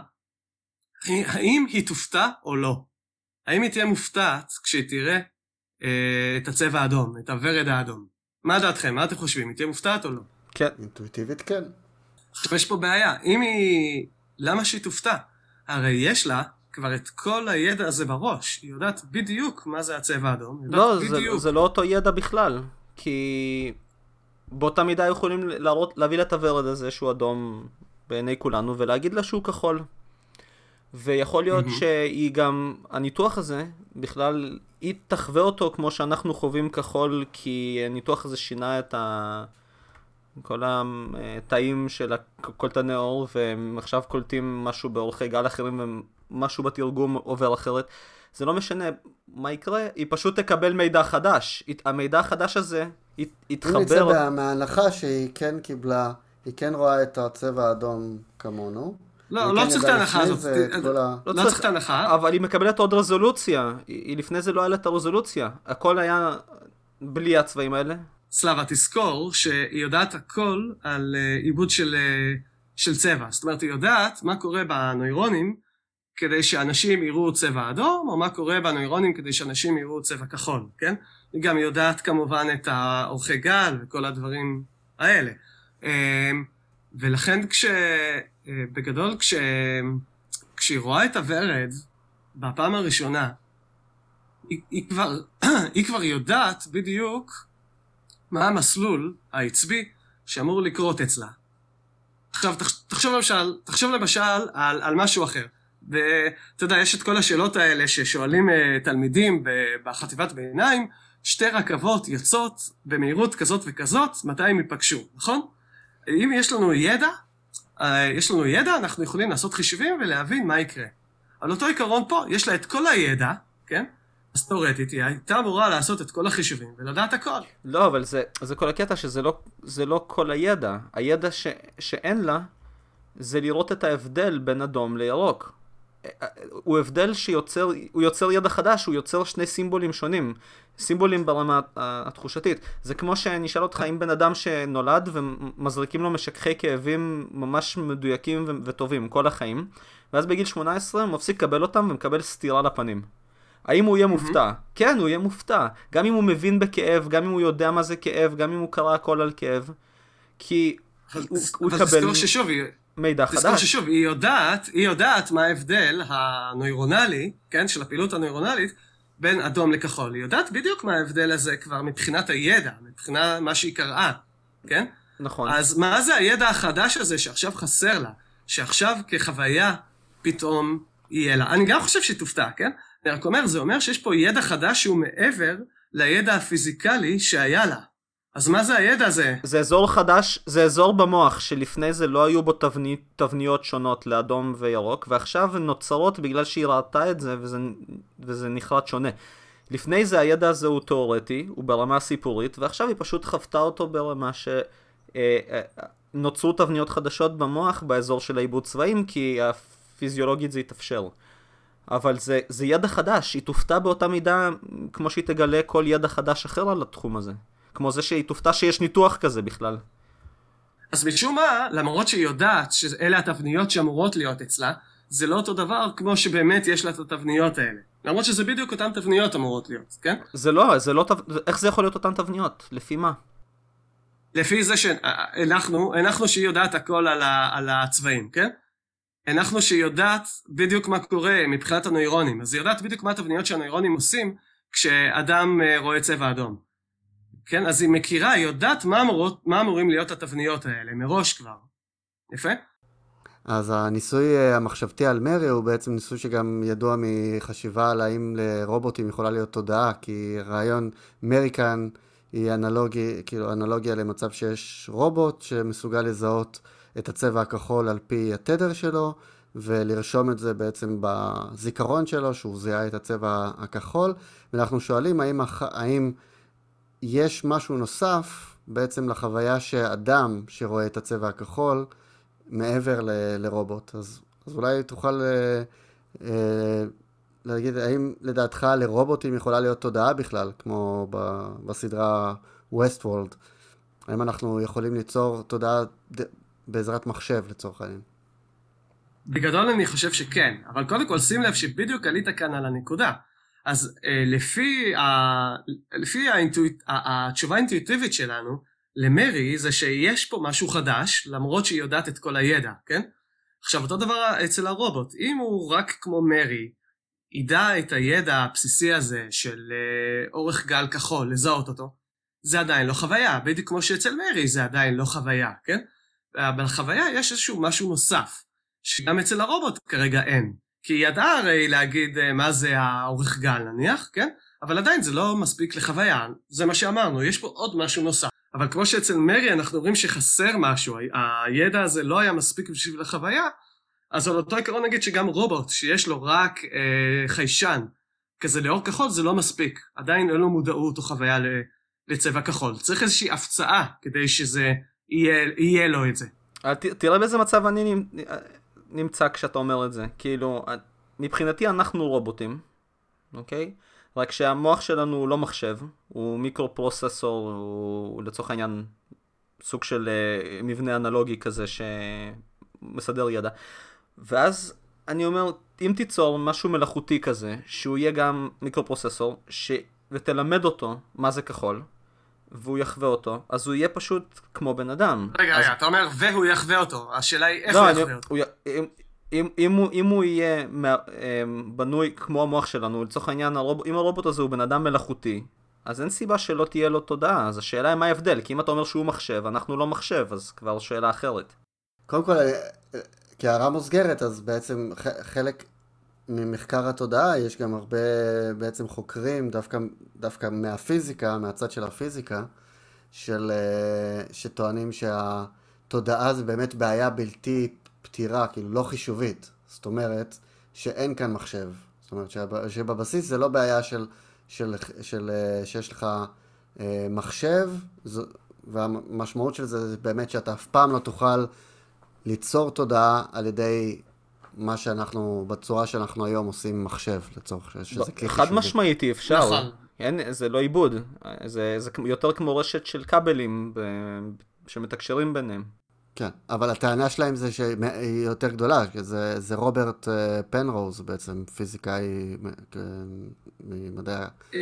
האם היא תופתע או לא? האם היא תהיה מופתעת כשהיא תראה את הצבע האדום, את הורד האדום? מה דעתכם? מה אתם חושבים? היא תהיה מופתעת או לא? כן. אינטואיטיבית כן. עכשיו יש פה בעיה. אם היא... למה שהיא תופתע? הרי יש לה כבר את כל הידע הזה בראש. היא יודעת בדיוק מה זה הצבע האדום. לא, זה, זה לא אותו ידע בכלל. כי באותה מידה יכולים להראות, להביא לה את הורד הזה שהוא אדום בעיני כולנו, ולהגיד לה שהוא כחול. ויכול להיות mm-hmm. שהיא גם, הניתוח הזה, בכלל, היא תחווה אותו כמו שאנחנו חווים כחול, כי הניתוח הזה שינה את ה... כל התאים של הקולטני אור, והם עכשיו קולטים משהו באורכי גל אחרים, ומשהו בתרגום עובר אחרת. זה לא משנה מה יקרה, היא פשוט תקבל מידע חדש. המידע החדש הזה יתחבר... אם נצא מההנחה שהיא כן קיבלה, היא כן רואה את הצבע האדום כמונו. לא, לא צריך את ההנחה הזאת. לא צריך את ההנחה. אבל היא מקבלת עוד רזולוציה. היא לפני זה לא היה לה את הרזולוציה. הכל היה בלי הצבעים האלה. סלאבה, תזכור שהיא יודעת הכל על עיבוד של, של צבע. זאת אומרת, היא יודעת מה קורה בנוירונים כדי שאנשים יראו צבע אדום, או מה קורה בנוירונים כדי שאנשים יראו צבע כחול, כן? היא גם יודעת כמובן את האורכי גל וכל הדברים האלה. ולכן כש... בגדול, כש... כשהיא רואה את הוורד בפעם הראשונה, היא, היא, כבר, היא כבר יודעת בדיוק מה המסלול העצבי שאמור לקרות אצלה. עכשיו, תחשוב למשל, תחשוב למשל על, על משהו אחר. ואתה יודע, יש את כל השאלות האלה ששואלים uh, תלמידים בחטיבת ביניים, שתי רכבות יוצאות במהירות כזאת וכזאת, מתי הם ייפגשו, נכון? אם יש לנו ידע, uh, יש לנו ידע, אנחנו יכולים לעשות חישובים ולהבין מה יקרה. אבל אותו עיקרון פה, יש לה את כל הידע, כן? אז תאורטית, היא הייתה אמורה לעשות את כל החישובים ולדעת הכל. לא, אבל זה, זה כל הקטע שזה לא, זה לא כל הידע. הידע ש, שאין לה, זה לראות את ההבדל בין אדום לירוק. הוא הבדל שיוצר, הוא יוצר ידע חדש, הוא יוצר שני סימבולים שונים. סימבולים ברמה התחושתית. זה כמו שנשאל אותך אם בן אדם שנולד ומזריקים לו משככי כאבים ממש מדויקים ו- וטובים כל החיים, ואז בגיל שמונה עשרה הוא מפסיק לקבל אותם ומקבל סתירה לפנים. האם הוא יהיה מופתע? כן, הוא יהיה מופתע. גם אם הוא מבין בכאב, גם אם הוא יודע מה זה כאב, גם אם הוא קרא הכל על כאב. כי הוא יקבל מידע חדש. תזכור ששוב, היא יודעת, היא יודעת מה ההבדל הנוירונלי, כן, של הפעילות הנוירונלית, בין אדום לכחול. היא יודעת בדיוק מה ההבדל הזה כבר מבחינת הידע, מבחינת מה שהיא קראה, כן? נכון. אז מה זה הידע החדש הזה שעכשיו חסר לה? שעכשיו כחוויה פתאום יהיה לה. אני גם חושב שהיא תופתע, כן? אני רק אומר, זה אומר שיש פה ידע חדש שהוא מעבר לידע הפיזיקלי שהיה לה. אז מה זה הידע הזה? זה אזור חדש, זה אזור במוח שלפני זה לא היו בו תבני, תבניות שונות לאדום וירוק, ועכשיו הן נוצרות בגלל שהיא ראתה את זה וזה, וזה נחלט שונה. לפני זה הידע הזה הוא תיאורטי, הוא ברמה סיפורית, ועכשיו היא פשוט חוותה אותו ברמה שנוצרו תבניות חדשות במוח באזור של העיבוד צבעים, כי הפיזיולוגית זה יתאפשר. אבל זה, זה ידע חדש, היא תופתע באותה מידה כמו שהיא תגלה כל ידע חדש אחר על התחום הזה. כמו זה שהיא תופתע שיש ניתוח כזה בכלל. אז משום מה, למרות שהיא יודעת שאלה התבניות שאמורות להיות אצלה, זה לא אותו דבר כמו שבאמת יש לה את התבניות האלה. למרות שזה בדיוק אותן תבניות אמורות להיות, כן? זה לא, זה לא, איך זה יכול להיות אותן תבניות? לפי מה? לפי זה שאנחנו, אנחנו שהיא יודעת הכל על, ה, על הצבעים, כן? אנחנו שהיא יודעת בדיוק מה קורה מבחינת הנוירונים. אז היא יודעת בדיוק מה התבניות שהנוירונים עושים כשאדם רואה צבע אדום. כן, אז היא מכירה, היא יודעת מה, אמורות, מה אמורים להיות התבניות האלה, מראש כבר. יפה? אז הניסוי המחשבתי על מרי הוא בעצם ניסוי שגם ידוע מחשיבה על האם לרובוטים יכולה להיות תודעה, כי רעיון מרי כאן היא אנלוגיה, כאילו אנלוגיה למצב שיש רובוט שמסוגל לזהות את הצבע הכחול על פי התדר שלו, ולרשום את זה בעצם בזיכרון שלו, שהוא זיהה את הצבע הכחול, ואנחנו שואלים האם, האם יש משהו נוסף בעצם לחוויה שאדם שרואה את הצבע הכחול מעבר ל- לרובוט. אז, אז אולי תוכל אה, אה, להגיד, האם לדעתך לרובוטים יכולה להיות תודעה בכלל, כמו ב- בסדרה Westworld? האם אנחנו יכולים ליצור תודעה ד- בעזרת מחשב לצורך העניין? בגדול אני חושב שכן, אבל קודם כל שים לב שבדיוק עלית כאן על הנקודה. אז אה, לפי, ה, לפי האינטואיט, התשובה האינטואיטיבית שלנו למרי זה שיש פה משהו חדש, למרות שהיא יודעת את כל הידע, כן? עכשיו, אותו דבר אצל הרובוט. אם הוא רק כמו מרי, ידע את הידע הבסיסי הזה של אה, אורך גל כחול, לזהות אותו, זה עדיין לא חוויה. בדיוק כמו שאצל מרי זה עדיין לא חוויה, כן? אבל חוויה יש איזשהו משהו נוסף, שגם אצל הרובוט כרגע אין. כי היא ידעה הרי להגיד מה זה האורך גל נניח, כן? אבל עדיין זה לא מספיק לחוויה, זה מה שאמרנו, יש פה עוד משהו נוסף. אבל כמו שאצל מרי אנחנו רואים שחסר משהו, הידע הזה לא היה מספיק בשביל החוויה, אז על אותו עיקרון נגיד שגם רובוט שיש לו רק אה, חיישן, כזה לאור כחול זה לא מספיק, עדיין אין לו מודעות או חוויה לצבע כחול. צריך איזושהי הפצעה כדי שזה יהיה, יהיה לו את זה. ת, תראה באיזה מצב אני נמצא כשאתה אומר את זה. כאילו, מבחינתי אנחנו רובוטים, אוקיי? רק שהמוח שלנו הוא לא מחשב, הוא מיקרו-פרוססור, הוא לצורך העניין סוג של מבנה אנלוגי כזה שמסדר ידע. ואז אני אומר, אם תיצור משהו מלאכותי כזה, שהוא יהיה גם מיקרופרוססור, ש... ותלמד אותו מה זה כחול, והוא יחווה אותו, אז הוא יהיה פשוט כמו בן אדם. רגע, אז... רגע, אתה אומר והוא יחווה אותו, השאלה היא איך לא, הוא אני... יחווה אותו. הוא... אם... אם, אם, הוא, אם הוא יהיה בנוי כמו המוח שלנו, לצורך העניין, הרוב... אם הרובוט הזה הוא בן אדם מלאכותי, אז אין סיבה שלא תהיה לו תודעה. אז השאלה היא מה ההבדל, כי אם אתה אומר שהוא מחשב, אנחנו לא מחשב, אז כבר שאלה אחרת. קודם כל, כהערה מוסגרת, אז בעצם חלק ממחקר התודעה, יש גם הרבה בעצם חוקרים, דווקא, דווקא מהפיזיקה, מהצד של הפיזיקה, של, שטוענים שהתודעה זה באמת בעיה בלתי פתירה, כאילו לא חישובית. זאת אומרת, שאין כאן מחשב. זאת אומרת, שבבסיס זה לא בעיה של, של, של, שיש לך מחשב, והמשמעות של זה זה באמת שאתה אף פעם לא תוכל ליצור תודעה על ידי מה שאנחנו, בצורה שאנחנו היום עושים מחשב, לצורך שזה כלי חד חישובי. משמעית אי אפשר. נכון. אין, זה לא עיבוד. זה, זה יותר כמו רשת של כבלים ב, שמתקשרים ביניהם. כן, אבל הטענה שלהם זה שהיא יותר גדולה, זה, זה רוברט פנרוז בעצם, פיזיקאי ממדעי...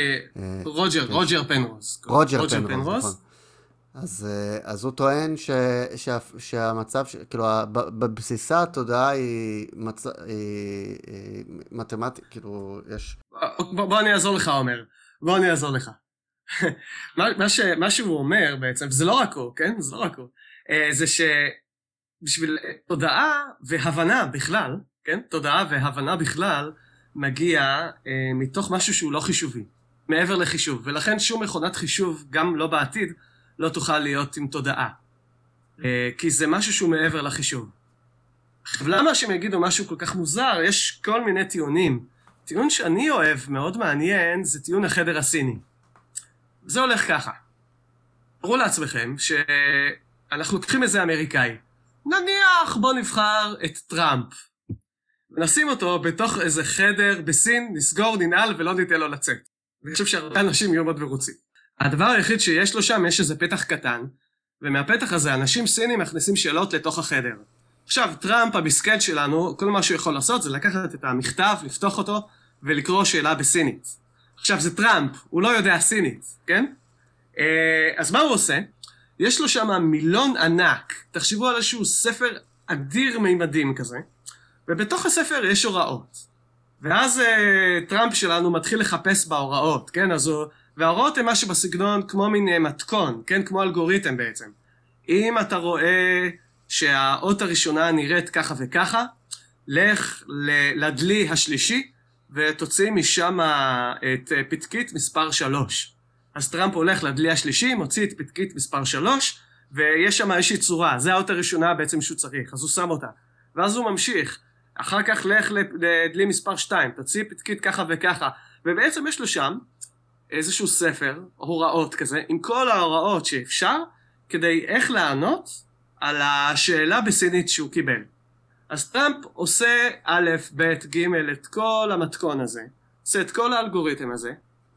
רוג'ר, רוג'ר פנרוז. רוג'ר פנרוז, נכון. אז, אז הוא טוען ש, שה, שהמצב, ש, כאילו, בבסיסה התודעה היא, מצ, היא, היא מתמטית, כאילו, יש... בוא, בוא אני אעזור לך, אומר. בוא אני אעזור לך. מה, מה, ש, מה שהוא אומר בעצם, זה לא רק הוא, כן? זה לא רק הוא. זה שבשביל תודעה והבנה בכלל, כן? תודעה והבנה בכלל מגיע אה, מתוך משהו שהוא לא חישובי, מעבר לחישוב, ולכן שום מכונת חישוב, גם לא בעתיד, לא תוכל להיות עם תודעה. אה, כי זה משהו שהוא מעבר לחישוב. עכשיו, למה שהם יגידו משהו כל כך מוזר? יש כל מיני טיעונים. טיעון שאני אוהב, מאוד מעניין, זה טיעון החדר הסיני. זה הולך ככה. תראו לעצמכם ש... אנחנו לוקחים איזה אמריקאי. נניח בוא נבחר את טראמפ. נשים אותו בתוך איזה חדר בסין, נסגור, ננעל ולא ניתן לו לצאת. אני חושב שהרבה אנשים יהיו מאוד מרוצים. הדבר היחיד שיש לו שם, יש איזה פתח קטן, ומהפתח הזה אנשים סינים מכניסים שאלות לתוך החדר. עכשיו, טראמפ, המסכן שלנו, כל מה שהוא יכול לעשות זה לקחת את המכתב, לפתוח אותו ולקרוא שאלה בסינית. עכשיו, זה טראמפ, הוא לא יודע סינית, כן? אז מה הוא עושה? יש לו שם מילון ענק, תחשבו על איזשהו ספר אדיר מימדים כזה, ובתוך הספר יש הוראות. ואז אה, טראמפ שלנו מתחיל לחפש בהוראות, כן? אז הוא... וההוראות הן משהו בסגנון כמו מין מתכון, כן? כמו אלגוריתם בעצם. אם אתה רואה שהאות הראשונה נראית ככה וככה, לך לדלי השלישי, ותוציא משם את פתקית מספר שלוש. אז טראמפ הולך לדלי השלישי, מוציא את פתקית מספר שלוש, ויש שם איזושהי צורה, זה האות הראשונה בעצם שהוא צריך, אז הוא שם אותה. ואז הוא ממשיך, אחר כך לך לדלי מספר שתיים, תוציא פתקית ככה וככה, ובעצם יש לו שם איזשהו ספר, הוראות כזה, עם כל ההוראות שאפשר, כדי איך לענות על השאלה בסינית שהוא קיבל. אז טראמפ עושה א', ב', ג', את כל המתכון הזה, עושה את כל האלגוריתם הזה,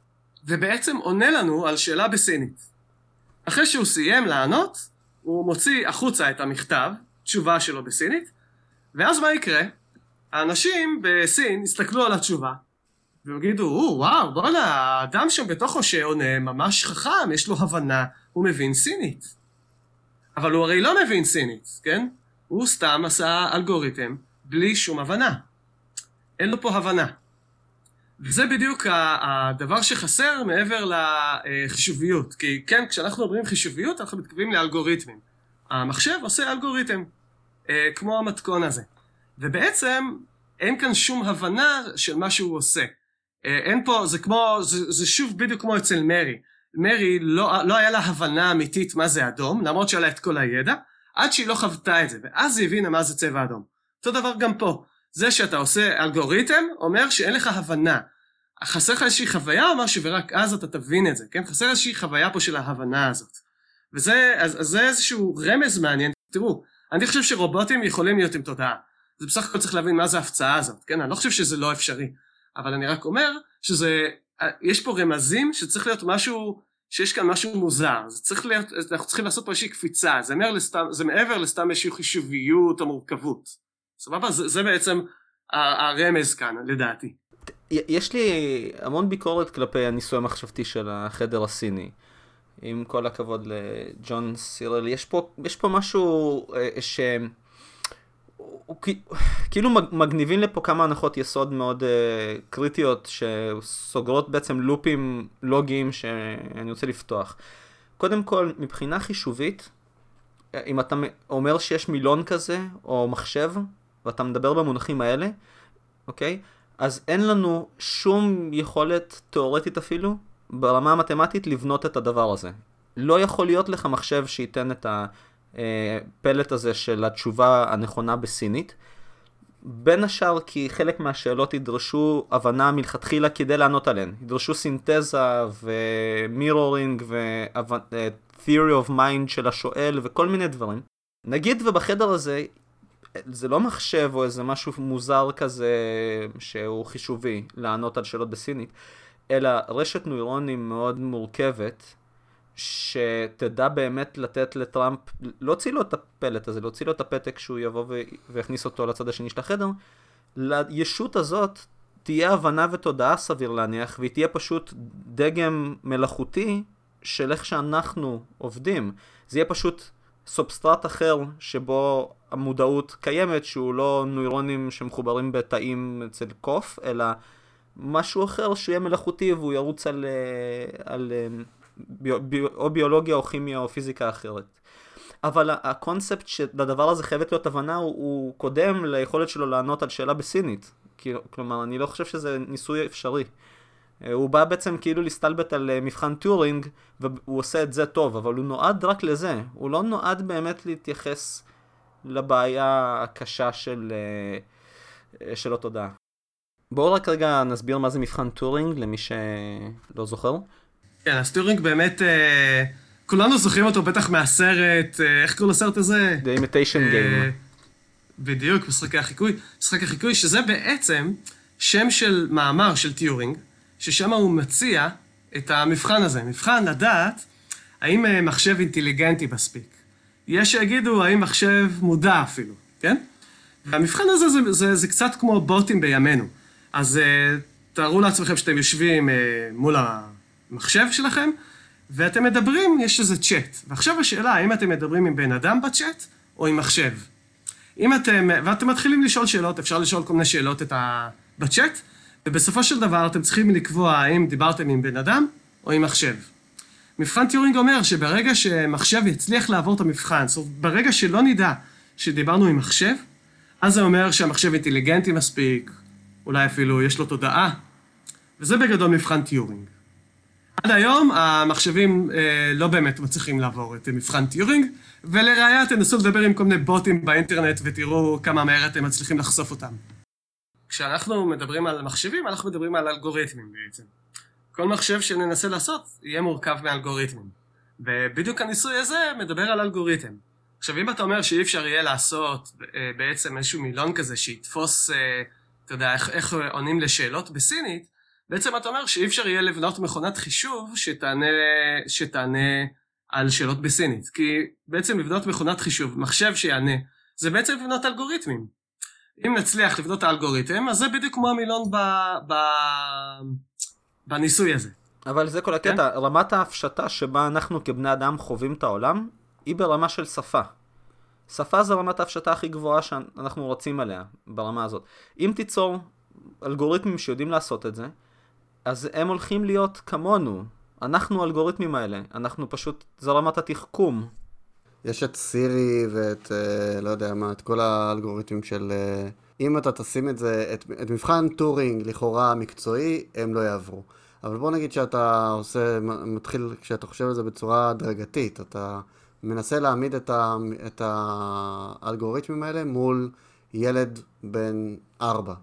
ובעצם עונה לנו על שאלה בסינית. אחרי שהוא סיים לענות, הוא מוציא החוצה את המכתב, תשובה שלו בסינית, ואז מה יקרה? האנשים בסין יסתכלו על התשובה, ויגידו, או, וואו, בוא'נה, האדם שם בתוכו שעונה ממש חכם, יש לו הבנה, הוא מבין סינית. אבל הוא הרי לא מבין סינית, כן? הוא סתם עשה אלגוריתם בלי שום הבנה. אין לו פה הבנה. וזה בדיוק הדבר שחסר מעבר לחישוביות. כי כן, כשאנחנו אומרים חישוביות, אנחנו מתכוונים לאלגוריתמים. המחשב עושה אלגוריתם, כמו המתכון הזה. ובעצם אין כאן שום הבנה של מה שהוא עושה. אין פה, זה כמו, זה, זה שוב בדיוק כמו אצל מרי. מרי לא, לא היה לה הבנה אמיתית מה זה אדום, למרות שהיה לה את כל הידע, עד שהיא לא חוותה את זה, ואז היא הבינה מה זה צבע אדום. אותו דבר גם פה. זה שאתה עושה אלגוריתם, אומר שאין לך הבנה. חסר לך איזושהי חוויה או משהו, ורק אז אתה תבין את זה, כן? חסר איזושהי חוויה פה של ההבנה הזאת. וזה, אז, אז זה איזשהו רמז מעניין. תראו, אני חושב שרובוטים יכולים להיות עם תודעה. זה בסך הכל צריך להבין מה זה ההפצעה הזאת, כן? אני לא חושב שזה לא אפשרי. אבל אני רק אומר שזה, יש פה רמזים שצריך להיות משהו, שיש כאן משהו מוזר. זה צריך להיות, אנחנו צריכים לעשות פה איזושהי קפיצה. זה מעבר לסתם, זה מעבר לסתם איזושהי חישוביות או מורכבות. סבבה? זה, זה בעצם הרמז כאן, לדעתי. יש לי המון ביקורת כלפי הניסוי המחשבתי של החדר הסיני. עם כל הכבוד לג'ון סירל, יש פה, יש פה משהו ש... הוא, כאילו מגניבים לפה כמה הנחות יסוד מאוד uh, קריטיות שסוגרות בעצם לופים לוגיים שאני רוצה לפתוח. קודם כל, מבחינה חישובית, אם אתה אומר שיש מילון כזה או מחשב, ואתה מדבר במונחים האלה, אוקיי? אז אין לנו שום יכולת תיאורטית אפילו, ברמה המתמטית, לבנות את הדבר הזה. לא יכול להיות לך מחשב שייתן את ה... פלט הזה של התשובה הנכונה בסינית, בין השאר כי חלק מהשאלות ידרשו הבנה מלכתחילה כדי לענות עליהן. ידרשו סינתזה ומירורינג ו-theory of mind של השואל וכל מיני דברים. נגיד ובחדר הזה, זה לא מחשב או איזה משהו מוזר כזה שהוא חישובי לענות על שאלות בסינית, אלא רשת נוירונים מאוד מורכבת, שתדע באמת לתת לטראמפ, להוציא לו את הפלט הזה, להוציא לו את הפתק שהוא יבוא ויכניס אותו לצד השני של החדר, לישות הזאת תהיה הבנה ותודעה סביר להניח, והיא תהיה פשוט דגם מלאכותי של איך שאנחנו עובדים. זה יהיה פשוט סובסטרט אחר שבו המודעות קיימת, שהוא לא נוירונים שמחוברים בתאים אצל קוף, אלא משהו אחר שיהיה מלאכותי והוא ירוץ על... על או ביולוגיה או כימיה או פיזיקה אחרת. אבל הקונספט שלדבר הזה חייבת להיות הבנה הוא, הוא קודם ליכולת שלו לענות על שאלה בסינית. כלומר, אני לא חושב שזה ניסוי אפשרי. הוא בא בעצם כאילו להסתלבט על מבחן טיורינג, והוא עושה את זה טוב, אבל הוא נועד רק לזה. הוא לא נועד באמת להתייחס לבעיה הקשה של, של התודעה. בואו רק רגע נסביר מה זה מבחן טיורינג למי שלא זוכר. כן, אז טיורינג באמת, אה, כולנו זוכרים אותו בטח מהסרט, אה, איך קוראים לסרט הזה? The Imitation Game. בדיוק, משחקי החיקוי. משחק החיקוי, שזה בעצם שם של מאמר של טיורינג, ששם הוא מציע את המבחן הזה. מבחן לדעת האם אה, מחשב אינטליגנטי מספיק. יש שיגידו האם מחשב מודע אפילו, כן? והמבחן הזה זה, זה, זה קצת כמו בוטים בימינו. אז אה, תארו לעצמכם שאתם יושבים אה, מול ה... מחשב שלכם, ואתם מדברים, יש איזה צ'אט. ועכשיו השאלה, האם אתם מדברים עם בן אדם בצ'אט, או עם מחשב? אם אתם, ואתם מתחילים לשאול שאלות, אפשר לשאול כל מיני שאלות את ה... בצ'אט, ובסופו של דבר אתם צריכים לקבוע האם דיברתם עם בן אדם, או עם מחשב. מבחן טיורינג אומר שברגע שמחשב יצליח לעבור את המבחן, זאת אומרת, ברגע שלא נדע שדיברנו עם מחשב, אז זה אומר שהמחשב אינטליגנטי מספיק, אולי אפילו יש לו תודעה, וזה בגדול מבחן טיורינג. עד היום המחשבים אה, לא באמת מצליחים לעבור את מבחן טיורינג, ולראיה תנסו לדבר עם כל מיני בוטים באינטרנט ותראו כמה מהר אתם מצליחים לחשוף אותם. כשאנחנו מדברים על מחשבים, אנחנו מדברים על אלגוריתמים בעצם. כל מחשב שננסה לעשות יהיה מורכב מאלגוריתמים. ובדיוק הניסוי הזה מדבר על אלגוריתם. עכשיו, אם אתה אומר שאי אפשר יהיה לעשות אה, בעצם איזשהו מילון כזה שיתפוס, אה, אתה יודע, איך, איך עונים לשאלות בסינית, בעצם אתה אומר שאי אפשר יהיה לבנות מכונת חישוב שתענה, שתענה על שאלות בסינית. כי בעצם לבנות מכונת חישוב, מחשב שיענה, זה בעצם לבנות אלגוריתמים. אם נצליח לבנות את האלגוריתם, אז זה בדיוק כמו המילון ב, ב, בניסוי הזה. אבל זה כל הקטע, כן? רמת ההפשטה שבה אנחנו כבני אדם חווים את העולם, היא ברמה של שפה. שפה זה רמת ההפשטה הכי גבוהה שאנחנו רוצים עליה, ברמה הזאת. אם תיצור אלגוריתמים שיודעים לעשות את זה, אז הם הולכים להיות כמונו. אנחנו אלגוריתמים האלה. אנחנו פשוט, זה רמת התחכום. יש את סירי ואת, אה, לא יודע מה, את כל האלגוריתמים של... אה, אם אתה תשים את זה, את, את מבחן טורינג לכאורה מקצועי, הם לא יעברו. אבל בוא נגיד שאתה עושה, מתחיל, כשאתה חושב על זה בצורה הדרגתית, אתה מנסה להעמיד את, ה, את האלגוריתמים האלה מול ילד בן ארבע,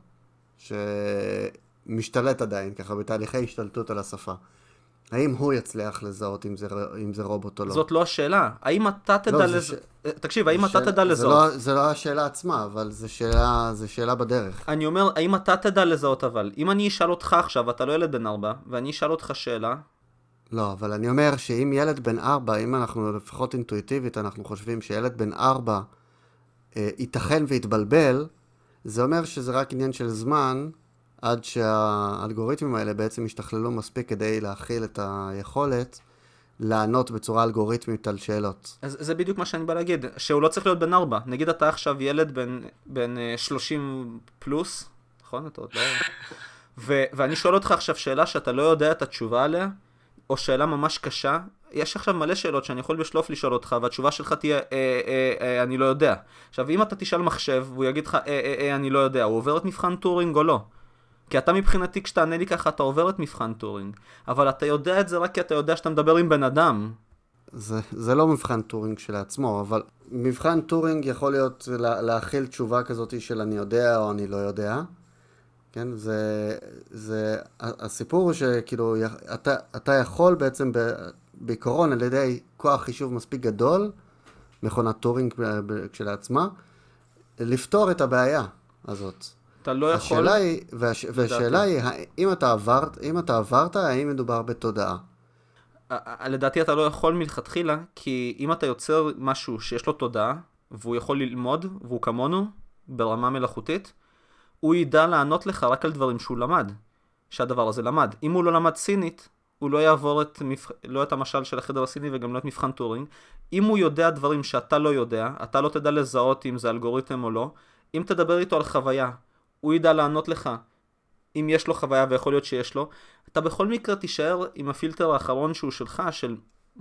שמשתלט עדיין, ככה, בתהליכי השתלטות על השפה. האם הוא יצליח לזהות אם זה, אם זה רובוט או לא? זאת לא השאלה. האם אתה תדע לא, לז... ש... תקשיב, האם ש... אתה תדע זה לזהות? לא, זה לא השאלה עצמה, אבל זה שאלה, זה שאלה בדרך. אני אומר, האם אתה תדע לזהות אבל? אם אני אשאל אותך עכשיו, אתה לא ילד בן ארבע, ואני אשאל אותך שאלה... לא, אבל אני אומר שאם ילד בן ארבע, אם אנחנו לפחות אינטואיטיבית, אנחנו חושבים שילד בן ארבע אה, ייתכן והתבלבל, זה אומר שזה רק עניין של זמן, עד שהאלגוריתמים האלה בעצם השתכללו מספיק כדי להכיל את היכולת לענות בצורה אלגוריתמית על שאלות. אז זה בדיוק מה שאני בא להגיד, שהוא לא צריך להיות בן ארבע. נגיד אתה עכשיו ילד בן, בן שלושים פלוס, נכון? אתה עוד לא... ו- ואני שואל אותך עכשיו שאלה שאתה לא יודע את התשובה עליה, או שאלה ממש קשה. יש עכשיו מלא שאלות שאני יכול בשלוף לשאול אותך, והתשובה שלך תהיה, אה, אה, אה, אני לא יודע. עכשיו, אם אתה תשאל מחשב, והוא יגיד לך, אה, אה, אה, אני לא יודע, הוא עובר את מבחן טורינג או לא? כי אתה מבחינתי, כשתענה לי ככה, אתה עובר את מבחן טורינג. אבל אתה יודע את זה רק כי אתה יודע שאתה מדבר עם בן אדם. זה, זה לא מבחן טורינג שלעצמו, אבל מבחן טורינג יכול להיות לה, להכיל תשובה כזאת של אני יודע או אני לא יודע. כן, זה, זה, הסיפור הוא שכאילו, אתה, אתה יכול בעצם ב, בעיקרון על ידי כוח חישוב מספיק גדול, מכונת טורינג כשלעצמה, לפתור את הבעיה הזאת. אתה לא יכול... השאלה היא, והש, והשאלה היא, אם אתה עברת, אם אתה עברת, האם מדובר בתודעה? לדעתי אתה לא יכול מלכתחילה, כי אם אתה יוצר משהו שיש לו תודעה, והוא יכול ללמוד, והוא כמונו, ברמה מלאכותית, הוא ידע לענות לך רק על דברים שהוא למד, שהדבר הזה למד. אם הוא לא למד סינית, הוא לא יעבור את, מפח... לא את המשל של החדר הסיני וגם לא את מבחן טורינג. אם הוא יודע דברים שאתה לא יודע, אתה לא תדע לזהות אם זה אלגוריתם או לא. אם תדבר איתו על חוויה, הוא ידע לענות לך אם יש לו חוויה, ויכול להיות שיש לו. אתה בכל מקרה תישאר עם הפילטר האחרון שהוא שלך, של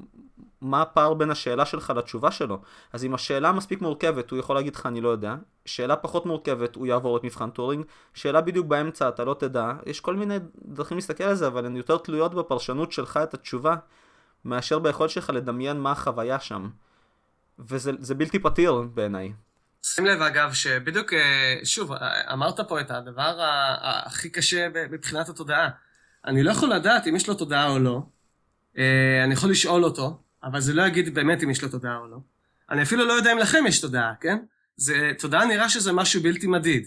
מה הפער בין השאלה שלך לתשובה שלו. אז אם השאלה מספיק מורכבת, הוא יכול להגיד לך אני לא יודע. שאלה פחות מורכבת, הוא יעבור את מבחן טורינג. שאלה בדיוק באמצע, אתה לא תדע. יש כל מיני דרכים להסתכל על זה, אבל הן יותר תלויות בפרשנות שלך את התשובה, מאשר ביכולת שלך לדמיין מה החוויה שם. וזה זה בלתי פתיר בעיניי. שים לב אגב שבדיוק, שוב, אמרת פה את הדבר הכי קשה מבחינת התודעה. אני לא יכול לדעת אם יש לו תודעה או לא. אני יכול לשאול אותו, אבל זה לא יגיד באמת אם יש לו תודעה או לא. אני אפילו לא יודע אם לכם יש תודעה, כן? זה, תודעה נראה שזה משהו בלתי מדיד.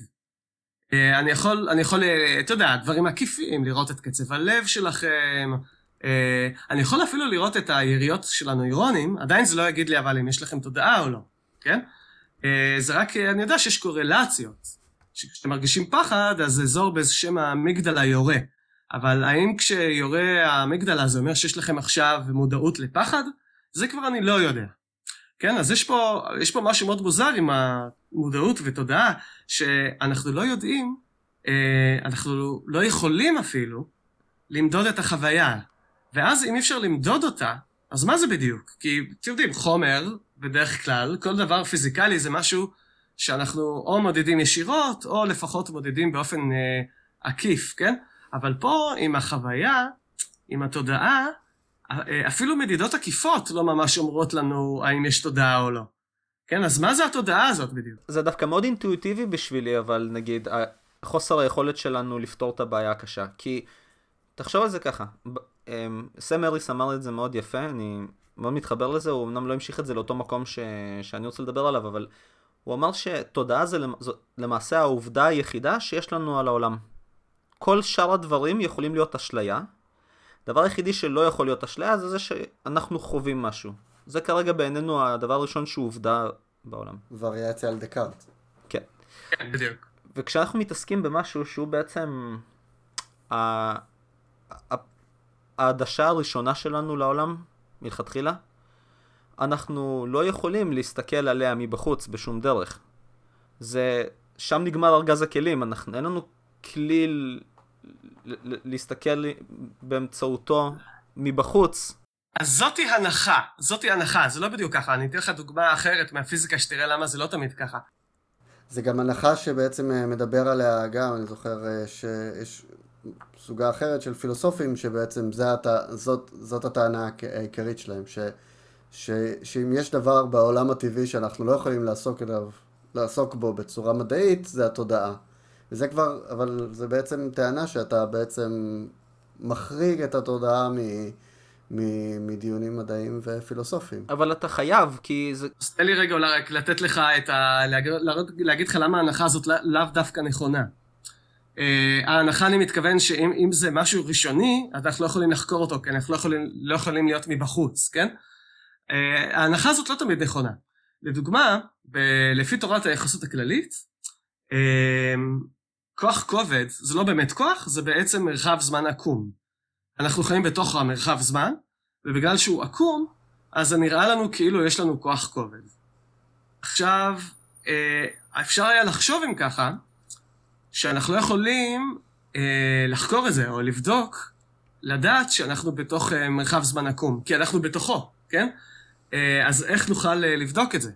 אני יכול, אני יכול, אתה יודע, דברים עקיפים, לראות את קצב הלב שלכם. אני יכול אפילו לראות את היריות של הנוירונים, עדיין זה לא יגיד לי אבל אם יש לכם תודעה או לא, כן? זה רק, אני יודע שיש קורלציות. כשאתם מרגישים פחד, אז אזור בשם המגדלה יורה. אבל האם כשיורה המגדלה זה אומר שיש לכם עכשיו מודעות לפחד? זה כבר אני לא יודע. כן, אז יש פה, יש פה משהו מאוד מוזר עם המודעות ותודעה, שאנחנו לא יודעים, אנחנו לא יכולים אפילו למדוד את החוויה. ואז אם אי אפשר למדוד אותה, אז מה זה בדיוק? כי אתם יודעים, חומר, בדרך כלל, כל דבר פיזיקלי זה משהו שאנחנו או מודדים ישירות, או לפחות מודדים באופן אה, עקיף, כן? אבל פה, עם החוויה, עם התודעה, אפילו מדידות עקיפות לא ממש אומרות לנו האם יש תודעה או לא. כן, אז מה זה התודעה הזאת בדיוק? זה דווקא מאוד אינטואיטיבי בשבילי, אבל נגיד, חוסר היכולת שלנו לפתור את הבעיה הקשה. כי, תחשוב על זה ככה, סם אריס אמר את זה מאוד יפה, אני מאוד מתחבר לזה, הוא אמנם לא המשיך את זה לאותו מקום ש... שאני רוצה לדבר עליו, אבל הוא אמר שתודעה זה למעשה העובדה היחידה שיש לנו על העולם. כל שאר הדברים יכולים להיות אשליה. דבר היחידי שלא יכול להיות אשליה זה זה שאנחנו חווים משהו. זה כרגע בעינינו הדבר הראשון שהוא עובדה בעולם. וריאציה על דקארט. כן. כן, בדיוק. וכשאנחנו מתעסקים במשהו שהוא בעצם העדשה הראשונה שלנו לעולם, מלכתחילה, אנחנו לא יכולים להסתכל עליה מבחוץ בשום דרך. זה, שם נגמר ארגז הכלים, אנחנו, אין לנו כלי להסתכל באמצעותו מבחוץ. אז זאתי הנחה, זאתי הנחה, זה לא בדיוק ככה, אני אתן לך דוגמה אחרת מהפיזיקה שתראה למה זה לא תמיד ככה. זה גם הנחה שבעצם מדבר עליה גם, אני זוכר שיש סוגה אחרת של פילוסופים שבעצם זה, זאת, זאת הטענה העיקרית שלהם, ש, ש, שאם יש דבר בעולם הטבעי שאנחנו לא יכולים לעסוק אליו, לעסוק בו בצורה מדעית, זה התודעה. וזה כבר, אבל זה בעצם טענה שאתה בעצם מחריג את התודעה מ, מ, מדיונים מדעיים ופילוסופיים. אבל אתה חייב, כי זה... אז תן לי רגע רק לתת לך את ה... להגיד, להגיד לך למה ההנחה הזאת לאו דווקא נכונה. ההנחה אני מתכוון שאם זה משהו ראשוני, אז אנחנו לא יכולים לחקור אותו, כי אנחנו לא יכולים, לא יכולים להיות מבחוץ, כן? ההנחה הזאת לא תמיד נכונה. לדוגמה, ב- לפי תורת היחסות הכללית, כוח כובד זה לא באמת כוח, זה בעצם מרחב זמן עקום. אנחנו חיים בתוך המרחב זמן, ובגלל שהוא עקום, אז זה נראה לנו כאילו יש לנו כוח כובד. עכשיו, אפשר היה לחשוב אם ככה, שאנחנו לא יכולים לחקור את זה, או לבדוק, לדעת שאנחנו בתוך מרחב זמן עקום, כי אנחנו בתוכו, כן? אז איך נוכל לבדוק את זה?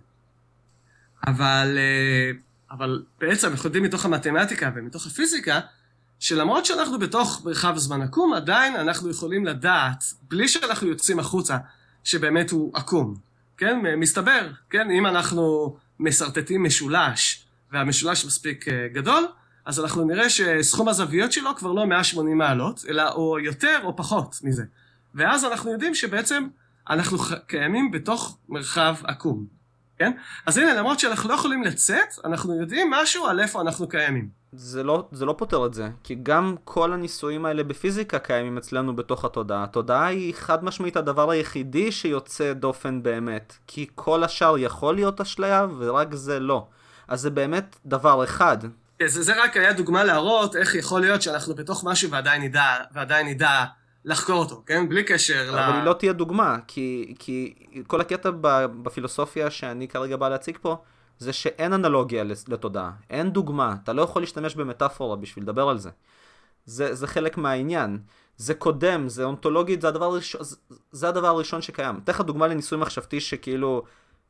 אבל, אבל בעצם אנחנו יודעים מתוך המתמטיקה ומתוך הפיזיקה, שלמרות שאנחנו בתוך מרחב זמן עקום, עדיין אנחנו יכולים לדעת, בלי שאנחנו יוצאים החוצה, שבאמת הוא עקום. כן? מסתבר, כן? אם אנחנו מסרטטים משולש, והמשולש מספיק גדול, אז אנחנו נראה שסכום הזוויות שלו כבר לא מאה ושמונים מעלות, אלא או יותר או פחות מזה. ואז אנחנו יודעים שבעצם אנחנו קיימים בתוך מרחב עקום. כן? אז הנה, למרות שאנחנו לא יכולים לצאת, אנחנו יודעים משהו על איפה אנחנו קיימים. זה לא, זה לא פותר את זה, כי גם כל הניסויים האלה בפיזיקה קיימים אצלנו בתוך התודעה. התודעה היא חד משמעית הדבר היחידי שיוצא דופן באמת, כי כל השאר יכול להיות אשליה ורק זה לא. אז זה באמת דבר אחד. זה, זה רק היה דוגמה להראות איך יכול להיות שאנחנו בתוך משהו ועדיין נדע, ועדיין נדע לחקור אותו, כן? בלי קשר אבל ל... היא לא תהיה דוגמה, כי, כי כל הקטע בפילוסופיה שאני כרגע בא להציג פה, זה שאין אנלוגיה לתודעה, אין דוגמה, אתה לא יכול להשתמש במטאפורה בשביל לדבר על זה. זה, זה חלק מהעניין, זה קודם, זה אונתולוגית, זה הדבר הראשון, זה הדבר הראשון שקיים. תכף דוגמה לניסוי מחשבתי שכאילו,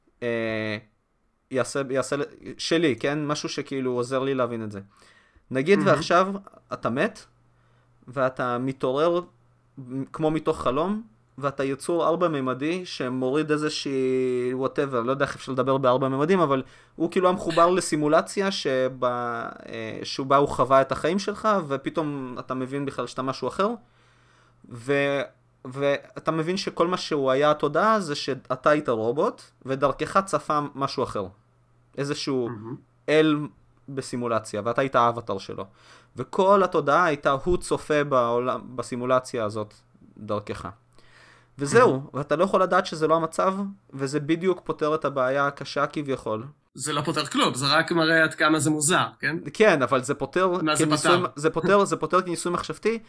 אה, יעשה, יעשה, שלי, כן? משהו שכאילו עוזר לי להבין את זה. נגיד mm-hmm. ועכשיו אתה מת, ואתה מתעורר כמו מתוך חלום, ואתה יצור ארבע ממדי שמוריד איזושהי whatever, לא יודע איך אפשר לדבר בארבע ממדים, אבל הוא כאילו המחובר לסימולציה שבה, שבה הוא חווה את החיים שלך, ופתאום אתה מבין בכלל שאתה משהו אחר, ו, ואתה מבין שכל מה שהוא היה התודעה זה שאתה היית רובוט, ודרכך צפה משהו אחר. איזשהו mm-hmm. אל בסימולציה, ואתה היית האבטר שלו. וכל התודעה הייתה הוא צופה בעולם, בסימולציה הזאת דרכך. וזהו, ואתה לא יכול לדעת שזה לא המצב, וזה בדיוק פותר את הבעיה הקשה כביכול. זה לא פותר כלום, זה רק מראה עד כמה זה מוזר, כן? כן, אבל זה פותר, מה זה כניסוי, פתר? זה פותר, זה פותר כניסוי מחשבתי,